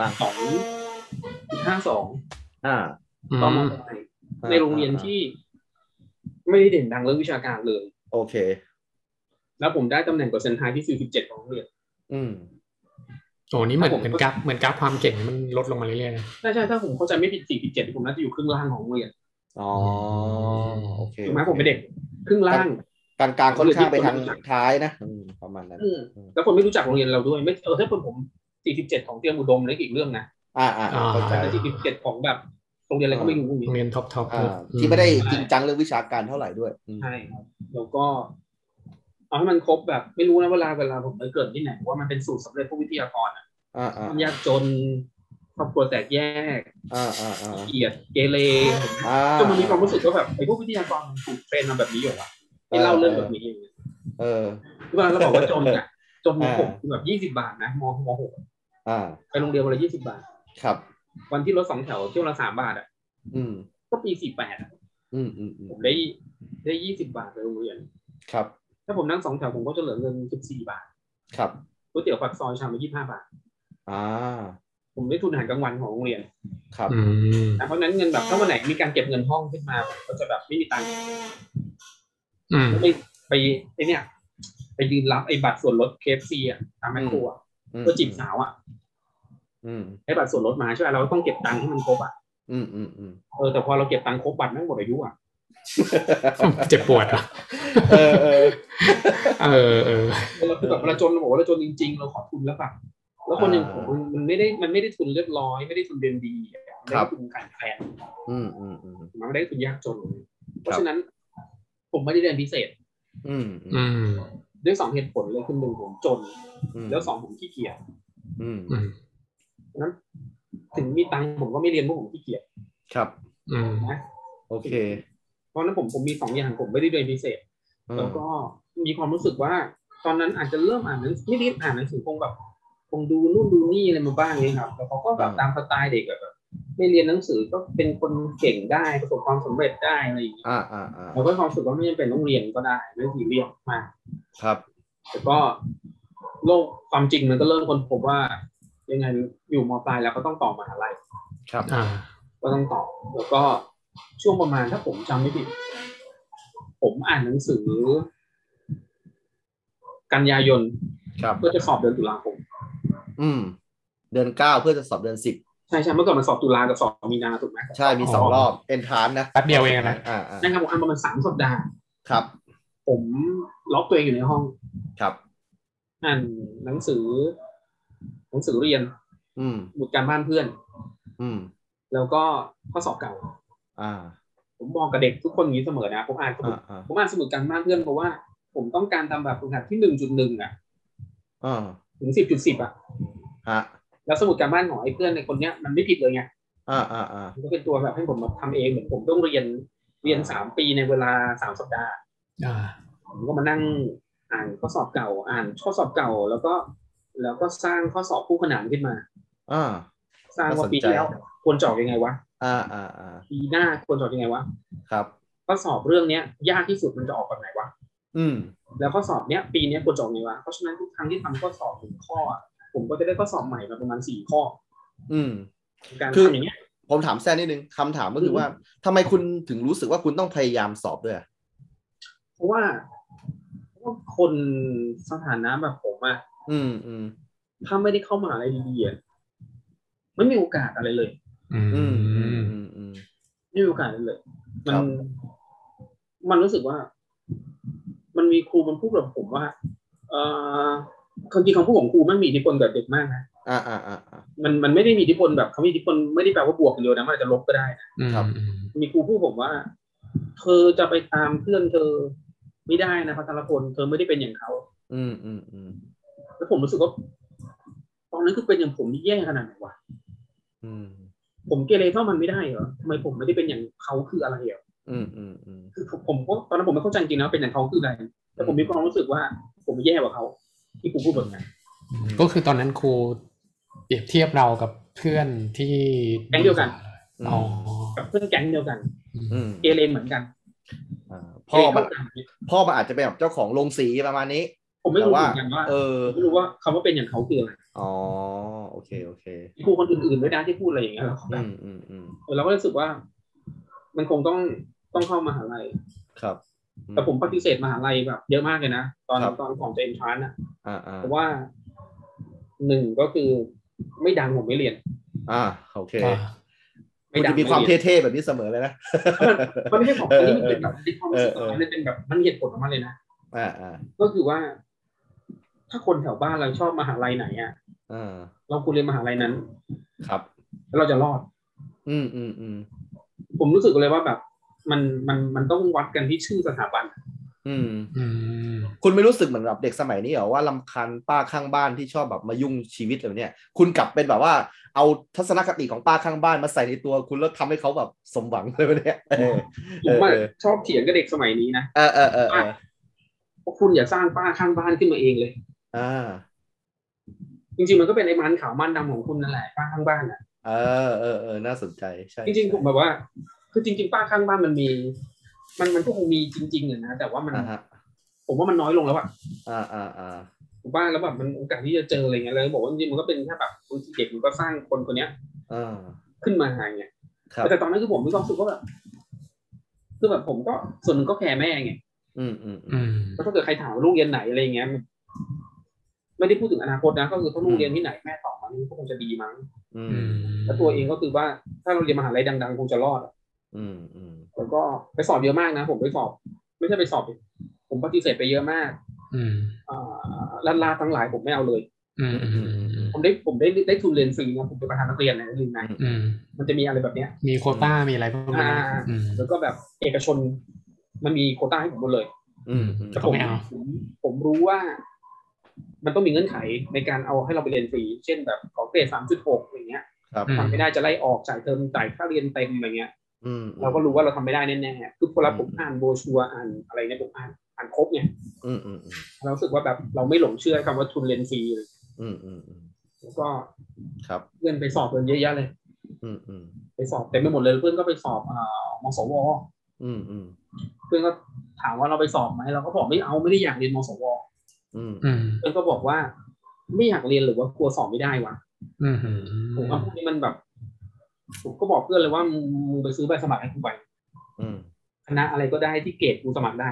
2.52ตอนม.ในโรงเรียนที่ไม่ได้เด่นดังเรื่องวิชาการเลย
โอเค
แล้วผมได้ตำแหน่งเปอร์เซ็นต์ไทที่47ของโรงเรียน
โอ้นี่เหมือนกราฟความเก่งมันลดลงมาเรื่อย
ๆใช่ถ้าผมเข้าใจไม่ผิด47ผมน่าจะอยู่ครึ่งล่างของโรงเรียน
โอเค
ถูกไหมผมเป็นเด็กครึ่งล่าง
กลางค่อนข้างไปทางท้ายนะประมาณนั้น
แล้วคนไม่รู้จักโรงเรียนเราด้วยไม่ถ้าผม47ของเตรียมอุดมนี่อีกเรื่องนะเข้าใจ47ของแบบโรงเรียนอะไรก็ไม่รู้
โรงเรียนท็อป
ที่ไม่ได้จริงจังเรื่องวิชาการเท่าไหร่ด้วย
ใช่ครับแล้วก็เอาให้มันครบแบบไม่รู้นะเวลาผมไปเกิดที่ไหนว่ามันเป็นสูตรสำเร็จพวกวิทยากรมันยากจนครอบครัวแตกแยกเกลียดเกเรจนมันมีความรู้สึกว่าแบบไอ้พวกวิทยากรมันถูกเทรนมาแบบนี้อยู่อะที่เล่าเรื่องแบบนี้เวลาเราบอกว่าจนอะจนผมแบบ20 บาทนะม.6ไปโรงเรียนวันละ20 บาท
ครับ
วันที่รถ2 แถวเที่ยวละ3 บาทอ่ะก็ปี48อ่ะผมได้20 บาทไปโรงเรียน
ครับ
ถ้าผมนั่ง2 แถวผมก็จะเหลือเงิน14 บาท
ครับ
ก๋วยเตี๋ยวปากซอยชามละ25 บาทผมได้ทุนอาหารกลางวันของโรงเรียน
ครับ
เพราะนั้นเงินแบบถ้าวันไหนมีการเก็บเงินห้องขึ้นมาก็จะแบบไม่มีตังค์ไปไอ้เนี่ยไปยืนรับไอ้บัตรส่วนลด KFC อ่ะตามแมคโครอ่ะเพื่อจีบสาวอ่ะให้บัตรส่วนลดมาใช่ไหมเราต้องเก็บตังค์ให้มันครบแต่พอเราเก็บตังค์ครบบัตรไม่หมดอายุอ่ะ
เจ็บปวดอ่ะ
เราคือแบบเราจนบอกว่าเราจนจริงๆเราขอทุนแล้วแบบแล้วคนอย่างผมมันไม่ได้ทุนเรียบร้อยไม่ได้ทุนเรียนดีไม่ได้ทุนการแข่งมันไม่ได้ทุนยากจนเพราะฉะนั้นผมไม่ได้เรียนพิเศษด้วย2เหตุผลเลยคือ1ผมจนแล้ว2ผมขี้เกียจนั้นถึงมีตังค์ผมก็ไม่เรียนเพราะผมขี้เกียจ
ครับ
นะ
โอเค
เพราะนั้นผมมี2อย่างผมไม่ได้เรียนพิเศษแล้วก็มีความรู้สึกว่าตอนนั้นอาจจะเริ่มอ่านหนังสือไม่ได้อ่านหนังสือคงดูนู่นดูนี่อะไรมาบ้างเลยครับแต่เขาก็แบบตามสไตล์เด็กแบบไม่เรียนหนังสือก็เป็นคนเก่งได้ประสบความสำเร็จได้อะไรอย่างเงี้ยเราก็ความรู้สึกว่าไม่จำเป็นต้องเรียนก็ได้ไม่ซีเรียสมาก
ครับ
แต่ก็โลกความจริงมันก็เริ่มค้นพบว่ายังไงอยู่ม.ปลายแล้วก็ต้องต่อมหาลัย
ครับ
ก็ต้องต่อแล้วก็ช่วงประมาณถ้าผมจำไม่ผิดผมอ่านหนังสือกันยายนเพื่อจะสอบเดือนตุลาคม
เดือน9เพื่อจะสอบเดือน10
ใช่เมื่อก่อนมันสอบตุลากับสอบมีนาถูกไหม
ใช่มี2รอบเอนทรานนะ
แป๊บเดียวเองนะ
นะครับผมอ่านประมาณ3 สัปดาห์
ครับ
ผมล็อกตัวเองอยู่ในห้อง
ครับ
อ่านหนังสือเรียนบุตรการบ้านเพื่อนแล้วก็ข้อสอบเก่าผมบอกกับเด็กทุกคนอย่างนี้เสมอนะผมอ่านสมุดการบ้านเพื่อนเพราะว่าผมต้องการทำแบบฝึกหัดที่ 1.1 ถึง 10.10 แล้วสมุดการบ้านของไอ้เพื่อนในคนเนี้ยมันไม่ผิดเลยไงมันก็เป็นตัวแบบให้ผมมาทำเองเหมือนผมต้องเรียน3 ปีในเวลา3 สัปดาห์ผมก็มานั่งอ่านข้อสอบเก่าแล้วก็สร้างข้อสอบคู่ขนานขึ้นมาสร้างว่าปีที่แล้วควรจอกยังไงวะปีหน้าควรจอกยังไงวะ
ครับ
ข้อสอบเรื่องเนี้ยยากที่สุดมันจะออกแบบไหนวะแล้วข้อสอบเนี้ยปีนี้ควรจอกยังไงวะเพราะฉะนั้นทุกครั้งที่ทำข้อสอบ1 ข้อผมก็จะได้ข้อสอบใหม่มาประมาณ4 ข้อ
คืออย่างเงี้ยผมถามแซนนิดนึงคำถามก็คือว่าทำไมคุณถึงรู้สึกว่าคุณต้องพยายามสอบด้วย
เพราะว่าคนสถานะแบบผมถ้าไม่ได้เข้ามาอะไรดีๆไม่มีโอกาสอะไรเลยไม่มีโอกาสเลยมันรู้สึกว่ามันมีครูมันพูดกับผมว่าจริงๆคำพูดของครูมันมีอิทธิพลกับเด็กมากนะมันไม่ได้มีอิทธิพลแบบเขามีอิทธิพลไม่ได้แปลว่าบวกอย่างเดียวนะมันอาจจะลบก็ได้
นะครับ
มีครูพูดผมว่าเธอจะไปตามเพื่อนเธอไม่ได้นะพัทรพลเธอไม่ได้เป็นอย่างเขาแล้วผมรู้สึกว่าตอนนั้นคือเป็นอย่างผมนี่แย่ขนาดไหนวะผมเกเรเท่ามันไม่ได้เหรอทำไมผมไม่ได้เป็นอย่างเขาคืออะไรอ่ะคือผมก็ตอนนั้นผมไม่เข้าใจจริงนะเป็นอย่างเขาคืออะไรแต่ผมมีความรู้สึกว่าผมแย่กว่าเขาที่ครูพูดแบบนั้น
ก็คือตอนนั้นครูเปรียบเทียบเรากับเพื่อนที่
แก๊งเดียวกันกับเพื่อนแก๊งเดียวกันเกเรเหมือนกัน
พ่อมันอาจจะเป็นแบบเจ้าของโรงสีประมาณนี้
ผมไม่รู้เหมือนกันว่าไม่รู้ว่าคำว่าเป็นอย่างเขาคืออะไร
โอเค
ครูคนอื่นๆด้วยนะที่พูดอะไรอย่างเงี้ยเราก็รู้สึกว่ามันคงต้องเข้ามหาลัย
ครับ
แต่ผมปฏิเสธมหาลัยแบบเยอะมากเลยนะตอนก่อนจะเอนทรานซ์เพราะว่า1ก็คือไม่ดังผมไม่เรียน
โอเคมันจะมีความเท่ๆแบบนี้เสมอเลยนะ
มันไม่ใช่ของอันนี้มันเป็นแบบที่ความรู้สึกมันเป็นแบบมันเหตุผลออกมาเลยนะก็คือว่าถ้าคนแถวบ้านเราชอบมหาลัยไหนเราควรเรียนมหาลัยนั้น
ครับ
แล้วเราจะรอดผมรู้สึกเลยว่าแบบมันต้องวัดกันที่ชื่อสถาบัน
คุณไม่รู้สึกเหมือนแบบเด็กสมัยนี้เหรอว่ารำคาญป้าข้างบ้านที่ชอบแบบมายุ่งชีวิตแบบเนี้ยคุณกลับเป็นแบบว่าเอาทัศนคติของป้าข้างบ้านมาใส่ในตัวคุณแล้วทำให้เขาแบบสมหวังเลยเนี่ย
ผมชอบเถียงกับเด็กสมัยนี้นะพวกคุณอย่าสร้างป้าข้างบ้านขึ้นมาเองเลยจริงๆมันก็เป็นไอ้มันขาวมันดำของคุณนั่นแหละป้าข้างบ้าน
น่าสนใจใช่
จริงๆผมแบบว่าคือจริงๆป้าข้างบ้านมันมีมันก็คงมีจริงๆนะแต่ว่ามันผมว่ามันน้อยลงแล้วอ่ะผมว่าแล้วแบบมันโอกาสที่จะเจออะไรเงี้ยเลยบอกว่าจริงๆมันก็เป็นแค่แบบบางทีเด็กมันก็สร้างคนเนี้ยขึ้นมาอย่างเงี้ยแต่ตอนนั้นคือผมมีความรู้สึกว่าแบบคือแบบผมก็ส่วนหนึ่งก็แคร์แม่ไงแล้วถ้าเกิดใครถามลูกเรียนไหนอะไรเงี้ยไม่ได้พูดถึงอนาคตนะก็คือถ้าลูกเรียนที่ไหนแม่ตอบมานี่ก็คงจะดีมั้งแล้วตัวเองก็คือว่าถ้าเราเรียนมหาลัยดังๆคงจะรอดแล้วก็ไปสอบเยอะมากนะผมไปสอบไม่ใช่ไปสอบผผมปฏิเสธไปเยอะมากลาทั้งหลายผมไม่เอาเลยผมได้ทุนเรียนฟรีนะผมเป็นประธานนักเรียนในโรงเรียนไหนมันจะมีอะไรแบบเนี้ย
มีโควต้ามีอะไรพวกนี้
แล้วก็แบบเอกชนมันมีโควต้าให้ผมหมดเลยแต่ผมรู้ว่ามันต้องมีเงื่อนไขในการเอาให้เราไปเรียนฟรีเช่นแบบขอเกรด 3.6 อย่างเงี้ยทำไม่ได้จะไล่ออกจ่ายเทอมจ่ายค่าเรียนเต็มอะไรเงี้ยเราก็รู้ว่าเราทำไม่ได้แน่ๆคือพอเราผมอ่านโบรชัวร์อ่านอะไรเนี่ยผมอ่านครบเนี่ยเรารู้สึกว่าแบบเราไม่หลงเชื่อคำว่าทุนเรียนฟรีเลยแล้วก็เพื่อนไปสอบเยอะแยะเลยไปสอบเต็มไปหมดเลยเพื่อนก็ไปสอบมสวเพื่อนก็ถามว่าเราไปสอบไหมเราก็บอกไม่ได้อยากเรียนมสวเพื่อนก็บอกว่าไม่อยากเรียนหรือว่ากลัวสอบไม่ได้วะผมว่าพวกนี้มันแบบผมก็บอกเพื่อนเลยว่ามึงไปซื้อใบสมัครให้กูไปคณะอะไรก็ได้ที่เกรดกูสมัครได้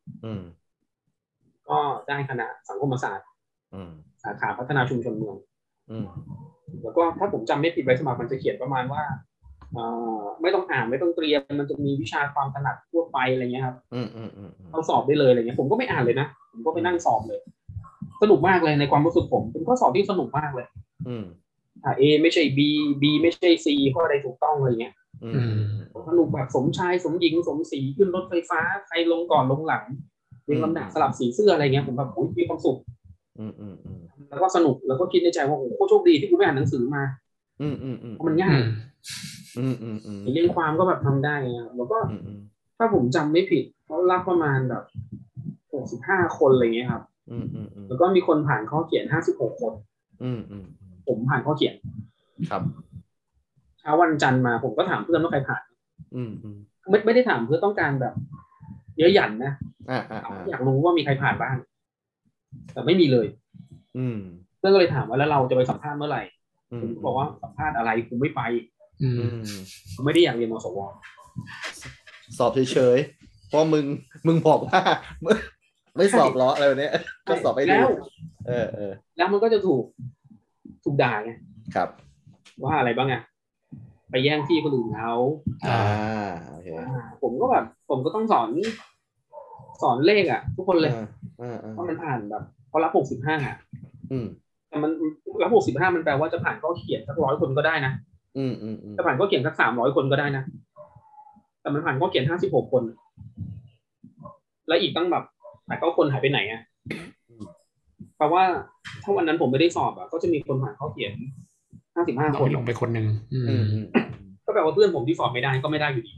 ก็ได้คณะสังคมศาสตร์สาขาพัฒนาชุมชนเมืองแล้วก็ถ้าผมจำไม่ผิดใบสมัครมันจะเขียนประมาณว่าไม่ต้องอ่านไม่ต้องเตรียมมันจะมีวิชาความถนัดทั่วไปอะไรเงี้ยครับเราสอบได้เลยอะไรเงี้ยผมก็ไม่อ่านเลยนะผมก็ไปนั่งสอบเลยสนุกมากเลยในความรู้สึกผมเป็นข้อสอบที่สนุกมากเลยA ไม่ใช่ B ไม่ใช่ C ข้อใดถูกต้องอะไรเงี้ยสนุกแบบสมชายสมหญิงสมศรีขึ้นรถไฟฟ้าใครลงก่อนลงหลังเรียงลำดับสลับสีเสื้ออะไรเงี้ยผมแบบโอ้ยมีความสุขแล้วก็สนุกแล้วก็คิดในใจว่าโอ้โหโชคดีที่กูไม่อ่านหนังสือมาเพราะมันง่ายเรียนความก็แบบทำได้แล้วก็ถ้าผมจำไม่ผิดเขารับประมาณแบบ65 คนอะไรเงี้ยครับแล้วก็มีคนผ่านข้อเขียน56 คนผมผ่านข้อเขียน
ครับ
เช้าวันจันทร์มาผมก็ถามเพื่อนว่าใครผ่านไม่ได้ถามเพื่อต้องการแบบเยอะหยันนะอยากรู้ว่ามีใครผ่านบ้างแต่ไม่มีเลยเพื่อนก็เลยถามว่าแล้วเราจะไปสัมภาษณ์เมื่อไหร่ผมบอกว่าสัมภาษณ์อะไรผมไม่ไปผมไม่ได้อยากเรียนมสว.
สอบเฉยๆเพราะมึงบอกว่าไม่สอบหรออะไรแบบนี้ก็สอบไปดู
แล้วมันก็จะถูกด่าไง
ครับ
ว่าอะไรบ้างอะไปแย่งที่คนอื่นเขา
โอเค
ผมก็แบบผมก็ต้องสอนเลขอะทุกคนเลยเพราะมันผ่านแบบเขารับ65อ่ะแต่มันรับ65มันแปลว่าจะผ่านข้อเขียนสัก100 คนก็ได้นะจะผ่านข้อเขียนสัก300 คนก็ได้นะแต่มันผ่านข้อเขียน56 คนแล้วอีกตั้งแบบ89 คนหายไปไหนอ่ะแปลว่าถ้าวันนั้นผมไม่ได้สอบอ่ะก็จะมีคนผ่านข้อเขียน55 คน
ลงไปคนหนึ่ง
ก็แปลว่าเพื่อนผมที่สอบไม่ได้ก็ไม่ได้อยู่ดี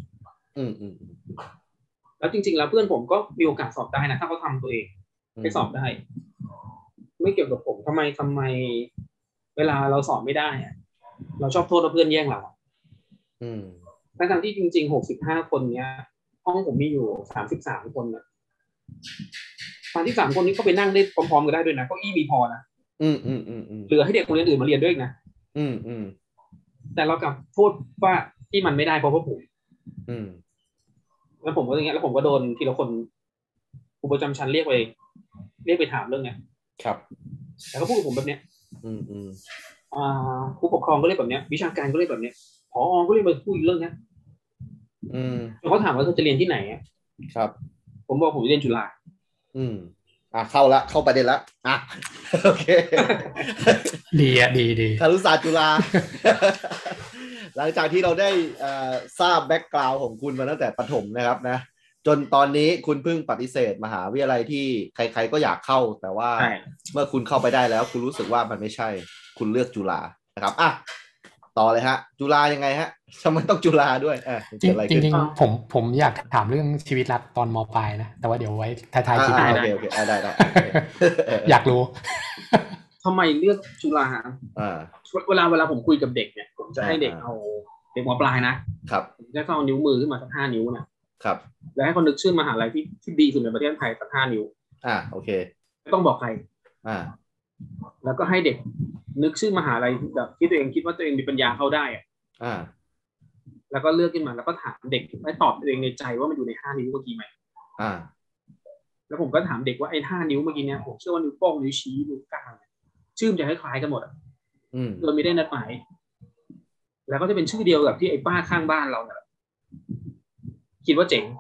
แล้วจริงๆแล้วเพื่อนผมก็มีโอกาสสอบได้นะถ้าเขาทำตัวเองให้สอบได้ไม่เกี่ยวกับผมทำไมเวลาเราสอบไม่ได้เราชอบโทษว่าเพื่อนแย่งเราทั้งที่จริงๆ65 คนเนี้ยห้องผมมีอยู่33 คนนะ33 คนนี้ก็ไปนั่งได้พร้อมๆกันได้ด้วยนะเก้าอี้มีพอนะเหลือให้เด็กคนอื่นมาเรียนด้วยนะแต่เรากลับโทษว่าที่มันไม่ได้เพราะว่าผมแล้วผมก็อย่างเงี้ยแล้วผมก็โดนทีละคนครูประจำชั้นเรียกไปถามเรื่องเนี้ย
ครับ
แล้วก็พูดกับผมแบบเนี้ยครูปกครองก็เรียกแบบเนี้ยวิชาการก็เรียกแบบเนี้ยผอ.ก็เรียกมาพูดเรื่องเนี้ยเขาถามว่าจะเรียนที่ไหนอ่ะ
ครับ
ผมบอกผมเรียนจุฬา
เข้าประเด็นละโอเค
ดี
ครุศาสตร์จุฬาหลังจากที่เราได้ทราบแบ็กกราวด์ของคุณมาตั้งแต่ประถมนะครับนะจนตอนนี้คุณเพิ่งปฏิเสธมหาวิทยาลัยที่ใครๆก็อยากเข้าแต่ว่าเมื่อคุณเข้าไปได้แล้วคุณรู้สึกว่ามันไม่ใช่คุณเลือกจุฬานะครับต่อเลยฮะจุฬายังไงฮะทำไมต้องจุฬาด้วย
จริงๆผมอยากถามเรื่องชีวิตรักตอนม.ปลายนะแต่ว่าเดี๋ยวไว้ท้ายๆคลิป
ได้อยากรู้
ทำไมเลือกจุฬาเวลาผมคุยกับเด็กเนี่ยผมจะให้เด็กเอาเด็กม.ปลายนะครับผมจะเอานิ้วมือขึ้นมาสัก5 นิ้วนะครับแล้วให้คนนึกชื่อมหาลัยที่ดีสุดในประเทศไทยสัก5 นิ้ว
โอเค
ไม่ต้องบอกใครแล้วก็ให้เด็กนึกชื่อมหาลัยแบบที่ตัวเองคิดว่าตัวเองมีปัญญาเข้าได้แล้วก็เลือกขึ้นมาแล้วก็ถามเด็กให้ตอบตัวเองในใจว่ามันอยู่ใน5 นิ้วเมื่อกี้ไหมแล้วผมก็ถามเด็กว่าไอ้5 นิ้วเมื่อกี้เนี่ยผมเชื่อว่านิ้วโป้งนิ้วชี้นิ้วกลางชื่อมันจะคล้ายๆกันหมดโดยไม่ได้นัดหมายแล้วก็จะเป็นชื่อเดียวกับที่ไอ้ป้าข้างบ้านเราเนี่ยคิดว่าเจ๋ง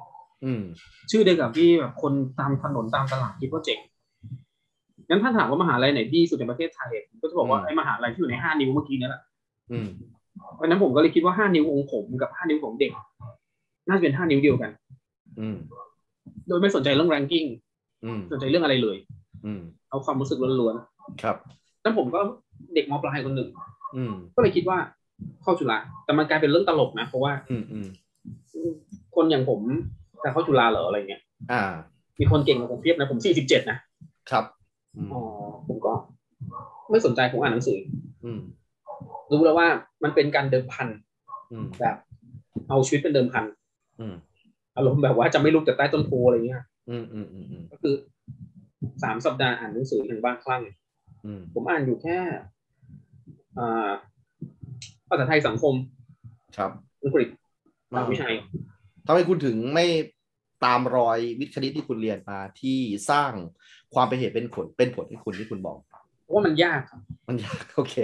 ชื่อเดียวกับที่แบบคนตามถนนตามตลาดคิดว่าเจ๋งงั้นถ้าถามว่ามหาลัยไหนดีสุดในประเทศไทยก็จะบอกว่าไอ้มหาลัยที่อยู่ใน5 นิ้วเมื่อกี้นี่แหละเพราะนั้นผมก็เลยคิดว่า5 นิ้วของผมกับ5 นิ้วของเด็กน่าจะเป็น5 นิ้วเดียวกันโดยไม่สนใจเรื่อง ranking สนใจเรื่องอะไรเลยเอาความรู้สึกล้วน
ๆครับ
แล้วผมก็เด็กม.ปลายคนหนึ่งก็เลยคิดว่าเข้าจุฬาแต่มันกลายเป็นเรื่องตลกนะเพราะว่าคนอย่างผมจะเข้าจุฬาเหรออะไรเงี้ยมีคนเก่งกว่าผมเพียบนะผม47นะครับอ๋อผมก็ไม่สนใจผมอ่านหนังสือรู้แล้วว่ามันเป็นการเดิมพันแบบเอาชีวิตเป็นเดิมพันอารมณ์แบบว่าจะไม่ลุกจากใต้ต้นโพอะไรเงี้ยก็คือ3 สัปดาห์อ่านหนังสืออย่างบ้าคลั่งผมอ่านอยู่แค่ภาษาไทยสังคม
ครับ
อังกฤษวิชา
ทำไมคุณถึงไม่ตามรอยวิทย์คณิตที่คุณเรียนมาที่สร้างความเป็นเหตุเป็นผลให้คุณที่คุณบอก
เพราะว่ามันยากครับ
มันยากโอเค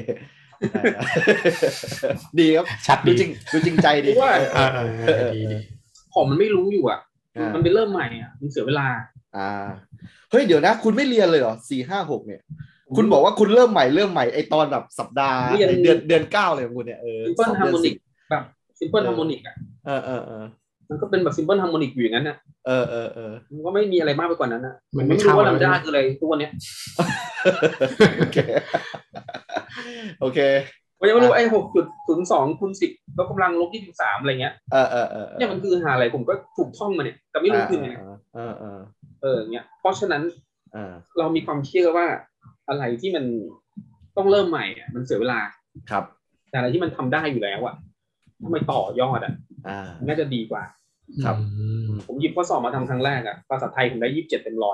ดีครับชัดดูจริงใจดี
ว่าผมมันไม่รู้อยู่มันไปเริ่มใหม่มันเสียเวลา
เฮ้ยเดี๋ยวนะคุณไม่เรียนเลยเหรอ4-5-6เนี่ยคุณบอกว่าคุณเริ่มใหม่ไอตอนแบบสัปดาห์เดือน9เลยของคุณเนี่ย
simple harmonic แบบ simple harmonic มันก็เป็นแบบ simple harmonic อยู่อย่างนั้นนะมันก็ไม่มีอะไรมากไปกว่านั้นนะมันไม่รู้ว่าลำดับคืออะไรตัวเนี้ย
โอเค
ผมยังไม่รู้ไอ้6.02 คูณ 10ลบกำลังลบ23อะไรเงี้ยเนี่ยมันคือหาอะไรผมก็ถูกท่องมาเนี่ยแต่ไม่รู้คือไงเนี่ยเพราะฉะนั้นเรามีความเชื่อว่าอะไรที่มันต้องเริ่มใหม่มันเสียเวลา
ครับ
แต่อะไรที่มันทำได้อยู่แล้วทำไมต่อยอดน่าจะดีกว่า
ครับ
ผมหยิบข้อสอบมาทำครั้งแรกภาษาไทยผมได้27 เต็ม 100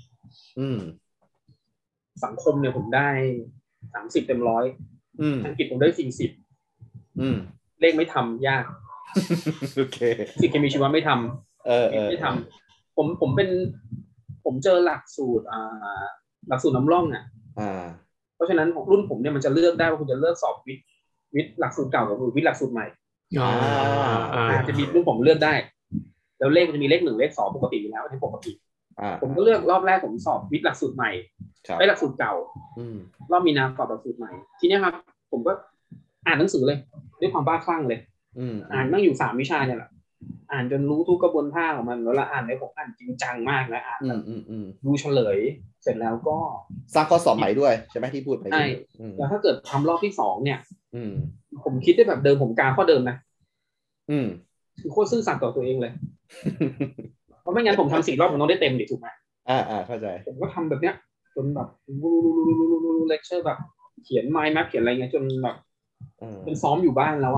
สังคมเนี่ยผมได้30 เต็ม 100อังกฤษผมได้40เลขไม่ทำยาก
โอเค
ฟิสิกส์เคมีชีวะไม่ทำไม่ทำผมเจอหลักสูตรน้ำร่องเพราะฉะนั้นรุ่นผมเนี่ยมันจะเลือกได้ว่าคุณจะเลือกสอบวิทย์หลักสูตรเก่ากับวิทย์หลักสูตรใหม่จะมีรุ่นผมเลือกได้แล้วเลขมันจะมีเลข1เลข2ปกติอยู่แล้วเป็นปกติผมก็เลือกรอบแรกผมสอบวิทย์หลักสูตรใหม่ไม่หลักสูตรเก่ารอบมีนาสอบหลักสูตรใหม่ทีนี้ครับผมก็อ่านหนังสือเลยด้วยความบ้าคลั่งเลยอ่านนั่งอยู่3 วิชาเนี่ยแหละอ่านจนรู้ทุกกระบวนท่าของมันแล้วอ่านได้ผมอ่านจริงจังมากนะอ่านดูเฉลยเสร็จแล้วก็
สร้างข้อสอบใหม่ด้วยใช่ไหมที่พูดไป
ใช่แล้วถ้าเกิดทำรอบที่2เนี่ยผมคิดได้แบบเดิมผมกาข้อเดิมนะคือโคตรซื่อสัตย์ต่อตัวเองเลยเพราะไม่งั้นผมทำ4 รอบผมต้องได้เต็มดิถูกไหม
เข้าใจ
ผมก็ทำแบบเนี้ยจนแบบเลคเชอร์แบบเขียนไมล์แมปเขียนอะไรเงี้ยจนแบบเป็นซ้อมอยู่บ้านแล้ว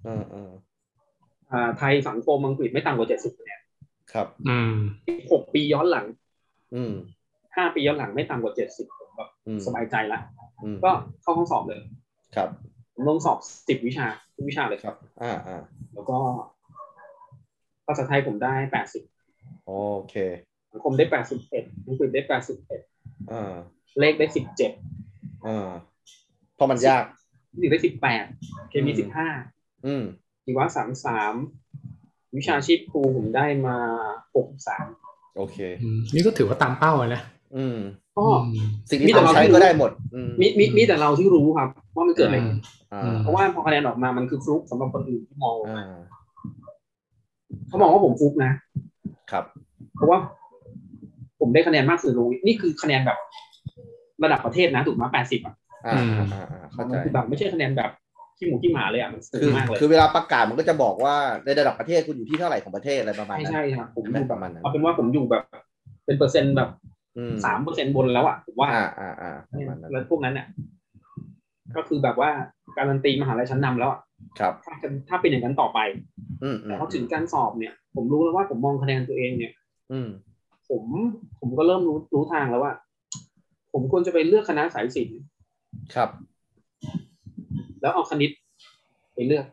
ไทยสังคมอังกฤษไม่ต่ำกว่า70คะแนน
ครับ
6 ปีย้อนหลัง5 ปีย้อนหลังไม่ต่ำกว่า70ผมแบบสบายใจละก็เข้าห้องสอบเลย
ครับ
ผมลงสอบ10 วิชาทุกวิชาเลย
ครับ
แล้วก็ภาษาไทยผมได้80
โอเค
สังคมได้81อังกฤษได้81เลขได้17
เพราะมันยาก
ฟิสิกส์ได้18เคมี15ชีวะ33วิชาชีพครูผมได้มา63
โอเค
นี่ก็ถือว่าตามเป้าเลยนะ
ก็
สิ่งที่เราใช้ก็ได้หมด
มีแต่เราที่รู้ครับว่ามันเกิดอะไรเพราะว่าพอคะแนนออกมามันคือฟลุกสำหรับคนอื่นที่มองเขามองว่าผมฟลุกนะครับเพราะว่าผมได้คะแนนมากสุดรู้นี่คือคะแนนแบบระดับประเทศนะถูกไหม80
เข้าใจ
แบบไม่ใช่คะแนนแบบขี้หมูขี้หมาเลยมันสูงมากเลย
คือเวลาประกาศมันก็จะบอกว่าในระดับประเทศคุณอยู่ที่เท่าไหร่ของประเทศอะไรประมาณนั้น
ใช่ครับผมอยู่ประมาณนั้นเอาเป็นว่าผมอยู่แบบเป็นเปอร์เซ็นต์แบบ3%บนแล้วผมว่าแล้วพวกนั้นเนี่ยก็คือแบบว่าการันตีมหาลัยชั้นนำแล้ว
ครับ
ถ้าเป็นอย่างนั้นต่อไปแต่พอถึงการสอบเนี่ยผมรู้แล้วว่าผมมองคะแนนตัวเองเนี่ยผมก็เริ่มรู้ทางแล้วว่าผมควรจะไปเลือกคณะสายศิลป์
ครับ
แล้วเอาคณิตไปเลือก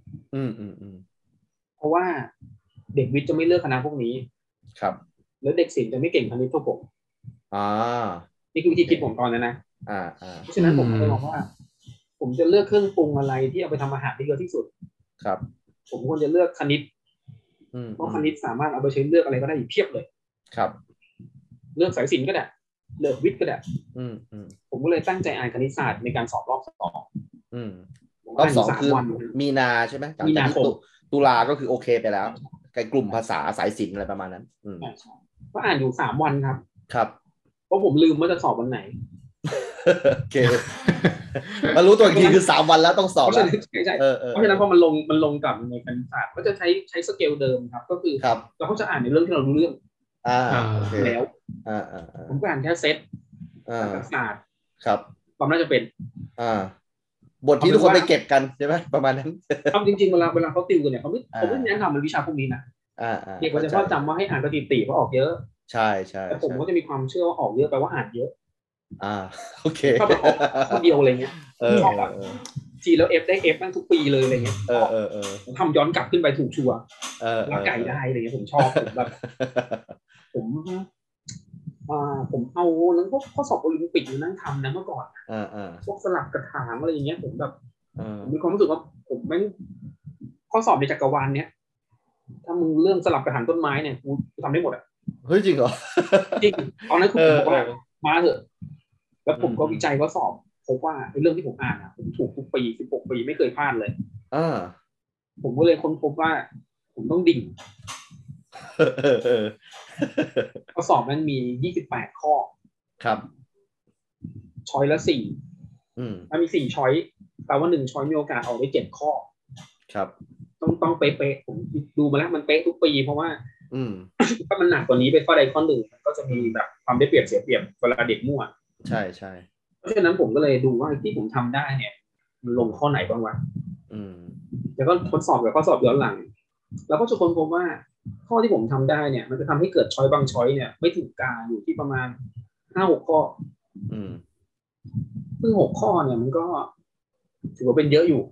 เพราะว่าเด็กวิทย์จะไม่เลือกคณะพวกนี้
ครับ
แล้วเด็กศิลป์จะไม่เก่งคณิตเท่าผมนี่คือวิธีคิดผมตอนนั้นนะเพราะฉะนั้นผมก็เลยมองว่าผมจะเลือกเครื่องปรุงอะไรที่เอาไปทำอาหารได้เยอะที่สุด
ครับ
ผมควรจะเลือกคณิตเพราะคณิตสามารถเอาไปใช้เลือกอะไรก็ได้อีกเพียบเลย
ครับ
เลือกสายศิลป์ก็ได้เลือกวิทย์ก็ได้ผมก็เลยตั้งใจอ่านคณิตศาสตร์ในการสอบรอบ2
รอบ2คือมีนาใช่ไหมมีนาคมตุลาก็คือโอเคไปแล้วในกลุ่มภาษาสายศิลป์อะไรประมาณนั้น
ใช่ก็อ่านอยู่3วันครับ
ครับ
เพราะผมลืมว่าจะสอบวันไหน
โอเคมารู้ตัวอีกทีคือ3วันแล้วต้องสอบแล้ว
เพราะฉะนั้นพอมันลงกับในคณิตศาสตร์ก็จะใช้สเกลเดิมครับก็คือเราก็จะอ่านในเรื่องที่เรารู้เรื่องแล้วผมก็อ่านแค่เซตศาสตร์
ครับ
ความน่าจะเป็น
บทที่ทุกคนไปเก็บกันใช่ไหมประมาณนั้น
จริงๆเวลาเขาติวกันเนี่ยเขาไม่แนะนำมันวิชาพวกนี้นะเด็กก็จะชอบจำว่าให้อ่านสถิติเพราะออกเยอะ
ใช่ใช่
แต่ผมก็จะมีความเชื่อว่าออกเยอะแปลว่าอ่านเยอะ
โอเค
ชอบแบบออกคนเดียวอะไรเงี้ยชอบแบบจีแล้วเอฟได้เอฟตั้งทุกปีเลยอะไรเงี้ยผมทำย้อนกลับขึ้นไปถูกชัวร์รักไก่ได้อะไรเงี้ยผมชอบผมแบบผมเอานั้นพวกข้อสอบโอลิมปิกนั่งทำนะเมื่อก่อนพวกสลับกระถางอะไรอย่างเงี้ยผมแบบผมมีความรู้สึกว่าผมแม่งข้อสอบในจักรวาลเนี้ยถ้ามึงเรื่องสลับกระถางต้นไม้เนี่ยกูทำได้หมดอ่ะ
เฮ้ยจริงเหรอ
จริงตอนนั้นคือผมบอกว่ามาเถอะแล้วผมก็วิจัยข้อสอบพบว่าเรื่องที่ผมอ่านผมถูกทุกปี16 ปีไม่เคยพลาดเลยผมก็เลยค้นพบว่าผมต้องดิ่งข้อสอบนั้นมี28ข้อ
ครับ
ช้อยละ4ถ้ามี4ช้อยแปลว่า1ช้อยมีโอกาสออกได้7ข้อ
ครับ
ต้องเป๊ะๆผมดูมาแล้วมันเป๊ะทุกปีเพราะว่าถ้ามันหนักกว่านี้ไปข้อใดข้อหนึ่งก็จะมีแบบความได้เปรียบเสียเปรียบเวลาเด็กมั่ว
ใช่ใช่
เพราะฉะนั้นผมก็เลยดูว่าที่ผมทำได้เนี่ยมันลงข้อไหนบ้างวะแล้วก็ทดสอบกับข้อสอบย้อนหลังแล้วก็จะค้นพบว่าข้อที่ผมทำได้เนี่ยมันจะทำให้เกิดช้อยบางช้อยเนี่ยไม่ถูกกาอยู่ที่ประมาณ 5-6 ข้อซึ่ง6 ข้อเนี่ยมันก็ถือว่าเป็นเยอะอยู่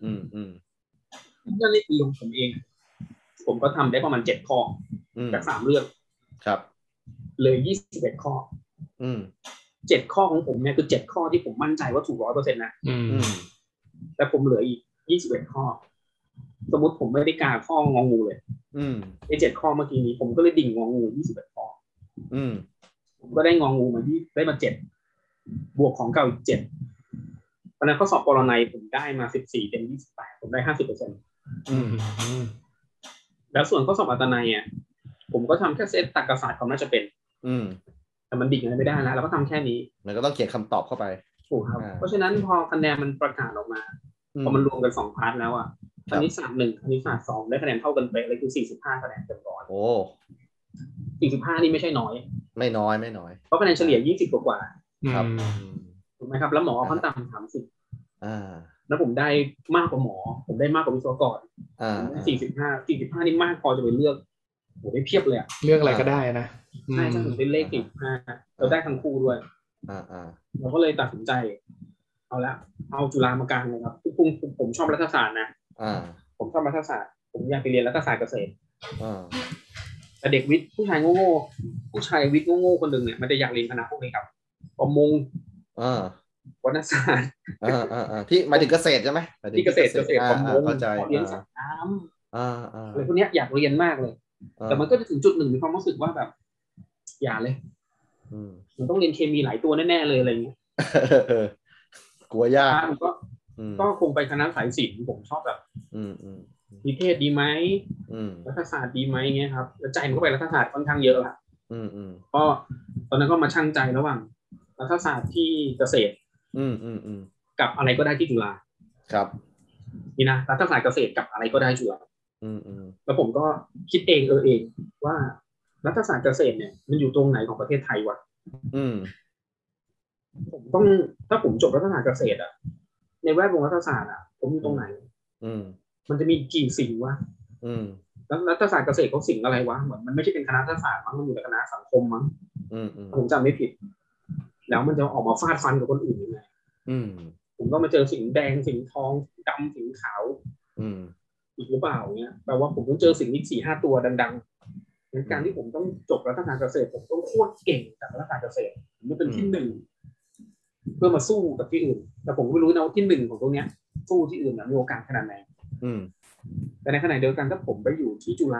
นั่นในปีของผมเองผมก็ทำได้ประมาณ7 ข้อจาก3เรื่อง
ครับ
เลย21 ข้อ7 ข้อของผมเนี่ยคือ7 ข้อที่ผมมั่นใจว่าถูก 100% นะแต่ผมเหลืออีก21 ข้อสมมติผมไม่ได้กาข้ององูเลยใน7 ข้อเมื่อกี้นี้ผมก็เลยดิ่งงองู21 ข้อผมก็ได้งองูมาที่ได้มา7บวกของเก่าอีก7เพราะนั้นข้อสอบปรนัยผมได้มา14เต็ม28ผมได้ 50% แล้วส่วนข้อสอบอัตนัยอ่ะผมก็ทำแค่เซตตรรกศาสตร์ความน่าจะเป็นแต่มันดิ่งอะไรไม่ได้แล้วเราก็ทำแค่นี้
มันก็ต้องเขียนคำตอบเข้าไป
ถูกครับเพราะฉะนั้นพอคะแนนมันประกาศออกมาพอมันรวมกัน2 พาร์ทแล้วอ่ะคณิตศาสตร์1คณิตศาสตร์2ได้คะแนนเท่ากันเป๊ะเลยคือ45คะแนนเต็มร้อย
โอ้
45นี่ไม่ใช่น้อย
ไม่น้อย
เพราะคะแนนเฉลี่ย20กว่า
ครับ
ถูกไหมครับแล้วหมอขั้นต่ำ30แล้วผมได้มากกว่าหมอผมได้มากกว่าวิศวกร45นี่มากพอจะไปเลือกโหได้เพียบเลย
เลือกอะไรก็ได้นะ
ใช่ผมเป็นเลข45เราได้ทั้งคู่ด้วยเราก็เลยตัดสินใจเอาจุฬามากลางเลยครับผมชอบรัฐศาสตร์นะผมชอบรัฐศาสตร์ผมอยากไปเรียนรัฐศาสตร์เกษตรแต่เด็กวิทย์ผู้ชายโง่ๆผู้ชายวิทย์โง่ๆคนหนึ่งเนี่ยมันจะอยากเรียนคณะพวกนี้ครับประมงวรรณศาสตร์
ที่หมายถึงเกษตรใช่ไหม
ที่เกษตรประมงเรียนสัตว์น้ำอะไรพวกนี้อยากเรียนมากเลยแต่มันก็จะถึงจุดหนึ่งมีความรู้สึกว่าแบบอย่าเลยมันต้องเรียนเคมีหลายตัวแน่ๆเลยอะไรอย่างเงี้ย
กลัวยาก
ก็คงไปคณะสายศิลป์ผมชอบแบบนิเทศดีไหมรัฐศาสตร์ดีไหมเงี้ยครับแล้วใจมันก็ไปรัฐศาสตร์ค่อนข้างเยอะละก็ตอนนั้นก็มาชั่งใจระหว่างรัฐศาสตร์ที่เกษตรกับอะไรก็ได้ที่จุฬา
ครับ
นี่นะรัฐศาสตร์เกษตรกับอะไรก็ได้จุฬาแล้วผมก็คิดเองว่ารัฐศาสตร์เกษตรเนี่ยมันอยู่ตรงไหนของประเทศไทยวะผมต้องถ้าผมจบรัฐศาสตร์เกษตรในแวดวงรัฐศาสตร์ผมอยู่ตรงไหนมันจะมีกี่สิ่งวะแล้วรัฐศาสตร์เกษตรเขาสิ่งอะไรวะเหมือนมันไม่ใช่เป็นคณะรัฐศาสตร์มั้งมันอยู่ในคณะสังคมมั้งผมจำไม่ผิดแล้วมันจะออกมาฟาดฟันกับคนอื่นยังไงผมก็มาเจอสิ่งแดงสิ่งทองดำสิ่งขาวอีกหรือเปล่าเนี่ยแปลว่าผมต้องเจอสิ่งนี้4-5 ตัวดังๆในการที่ผมต้องจบรัฐศาสตร์เกษตรผมต้องโคตรเก่งจากรัฐศาสตร์เกษตรผมจะเป็นที่1เพื่อมาสู้กับที่อื่นแต่ผมไม่รู้นะว่าที่1ของตรงเนี้ยสู้ที่อื่นมีโอกาสขนาดไหนแต่ในขณะเดียวกันถ้าผมไปอยู่ที่จุฬา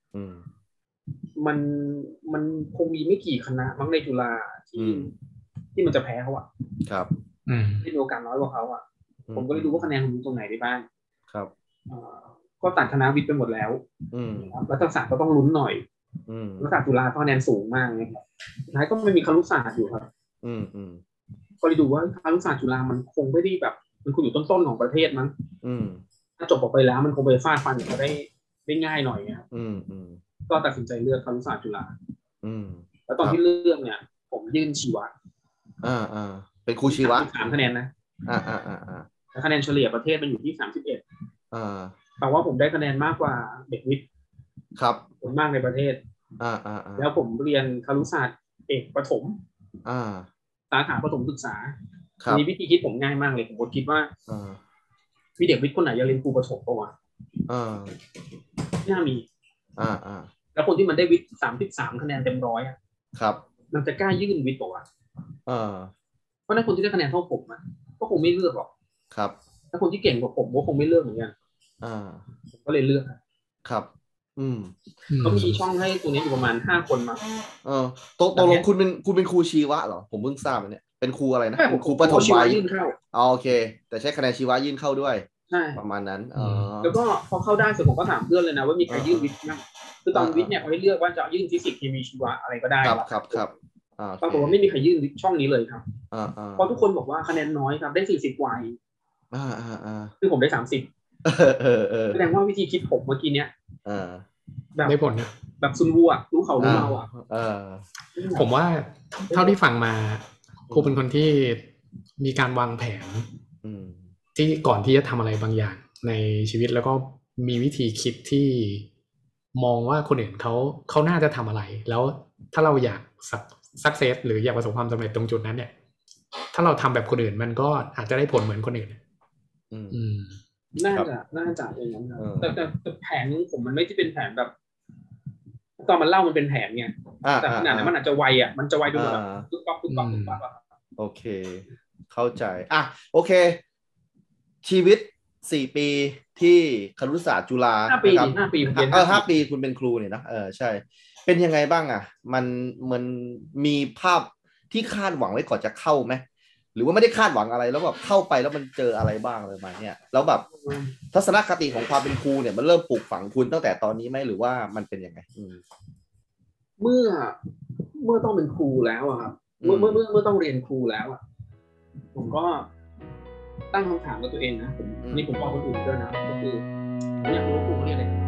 มันคงมีไม่กี่คณะมั้งในจุฬาที่มันจะแพ้เขาอ่ะ
ครับ
ที่มีโอกาสน้อยกว่าเขาอ่ะผมก็เลยดูว่าคะแนนผมตรงไหนได้บ้าง
ครับ
ก็ตัดคณะวิทย์ไปหมดแล้วรัฐศาสตร์ก็ต้องลุ้นหน่อยรัฐศาสตร์จุฬาคะแนนสูงมากนะครับสุดท้ายก็ไม่มีครุศาสตร์อยู่ครับก็เลยดูว่าครุศาสตร์จุฬามันคงไม่ได้แบบมันคงอยู่ต้นๆของประเทศมั้งถ้าจบออกไปแล้วมันคงไปฟาดฟันก็ได้ง่ายหน่อยครับก็ตัดสินใจเลือกครุศาสตร์จุฬาแล้วตอนที่เลือกเนี่ยผมยื่นชีวะ
เป็นครูชีวะ
3 คะแนนนะคะแนนเฉลี่ยประเทศมันอยู่ที่31แปลว่าผมได้คะแนนมากกว่าเด็กวิทย์
ครับ
ผมมากในประเทศแล้วผมเรียนครุศาสตร์เอกประถมสาขาประถมศึกษามีวิธีคิดผมง่ายมากเลยผมคิดว่ามีเด็กวิทย์คนไหนอยากเรียนครูประถมป่ะวะน่ามีแล้วคนที่มันได้วิทย์33 คะแนนเต็ม100อ่ะ
ครับ
มันจะกล้ายื่นวิทย์ป่ะวะเพราะนั้นคนที่ได้คะแนนเท่าผมอ่ะก็คงไม่เลือกหรอก
ครับ
ถ้าคนที่เก่งกว่าผมก็คงไม่เลือกเหมือนกันผมก็เลยเลือก
ครับ
เขามีช่องให้ตัวนี้อยู่ประมาณ5 คนมา
ตกลงคุณเป็นครูชีวะเหรอผมเพิ่งทราบเนี่ยเป็นครูอะไรนะครูประถมวัย
ยื่นเข้า
โอเคแต่ใช้คะแนนชีวะยื่นเข้าด้วย
ใช่
ประมาณนั้น
แล้วก็พอเข้าได้เสร็จผมก็ถามเพื่อนเลยนะว่ามีใครยื่นวิทย์มั้ยคือตอนวิทย์เนี่ยเขาให้เลือกว่าจะยื่นฟิสิกส์เคมีชีวะอะไรก็ได้
ครับ
ปรากฏว่าไม่มีใครยื่นช่องนี้เลยครับเพราะทุกคนบอกว่าคะแนนน้อยครับได้40 กว่าคือผมได้30แสดงว่าวิธีคิดผมเมื่อกี้เนี้ย
แบบได้ผลนะ
แบบซุนวัวรู้เขารู้เรา
ผมว่าเท่าที่ฟังมาครูเป็นคนที่มีการวางแผนที่ก่อนที่จะทำอะไรบางอย่างในชีวิตแล้วก็มีวิธีคิดที่มองว่าคนอื่นเขาน่าจะทำอะไรแล้วถ้าเราอยากสักเซสหรืออยากประสบความสำเร็จตรงจุดนั้นเนี่ยถ้าเราทำแบบคนอื่นมันก็อาจจะได้ผลเหมือนคนอื่น
น่าจะอย่างนั้นครับแต่แผนของผมมันไม่ได้เป็นแผนแบบตอนมันเล่ามันเป็นแผนไงแต่ขนาดนั้นมันอาจจะไวมันจะไวดูแบบปุ๊บปั๊บ
โอเคเข้าใจโอเคชีวิต4 ปีที่ครุศาสตร์จุฬา
5 ปี5 ปี
5 ปีคุณเป็นครูเนี่ยนะใช่เป็นยังไงบ้างมันมีภาพที่คาดหวังไว้ก่อนจะเข้าไหมหรือว่าไม่ได้คาดหวังอะไรแล้วแบบเข้าไปแล้วมันเจออะไรบ้างอะไรมาเนี่ยแล้วแบบทัศนคติของความเป็นครูเนี่ยมันเริ่มปลูกฝังคุณตั้งแต่ตอนนี้ไหมหรือว่ามันเป็นยังไง
เมื่อต้องเป็นครูแล้วอะครับเมื่อต้องเรียนครูแล้วอะผมก็ตั้งคำถามกับตัวเองนะนี่ผมบอกคนอื่นด้วยนะก็คืออยากรู้ว่าครูเรียนอะไร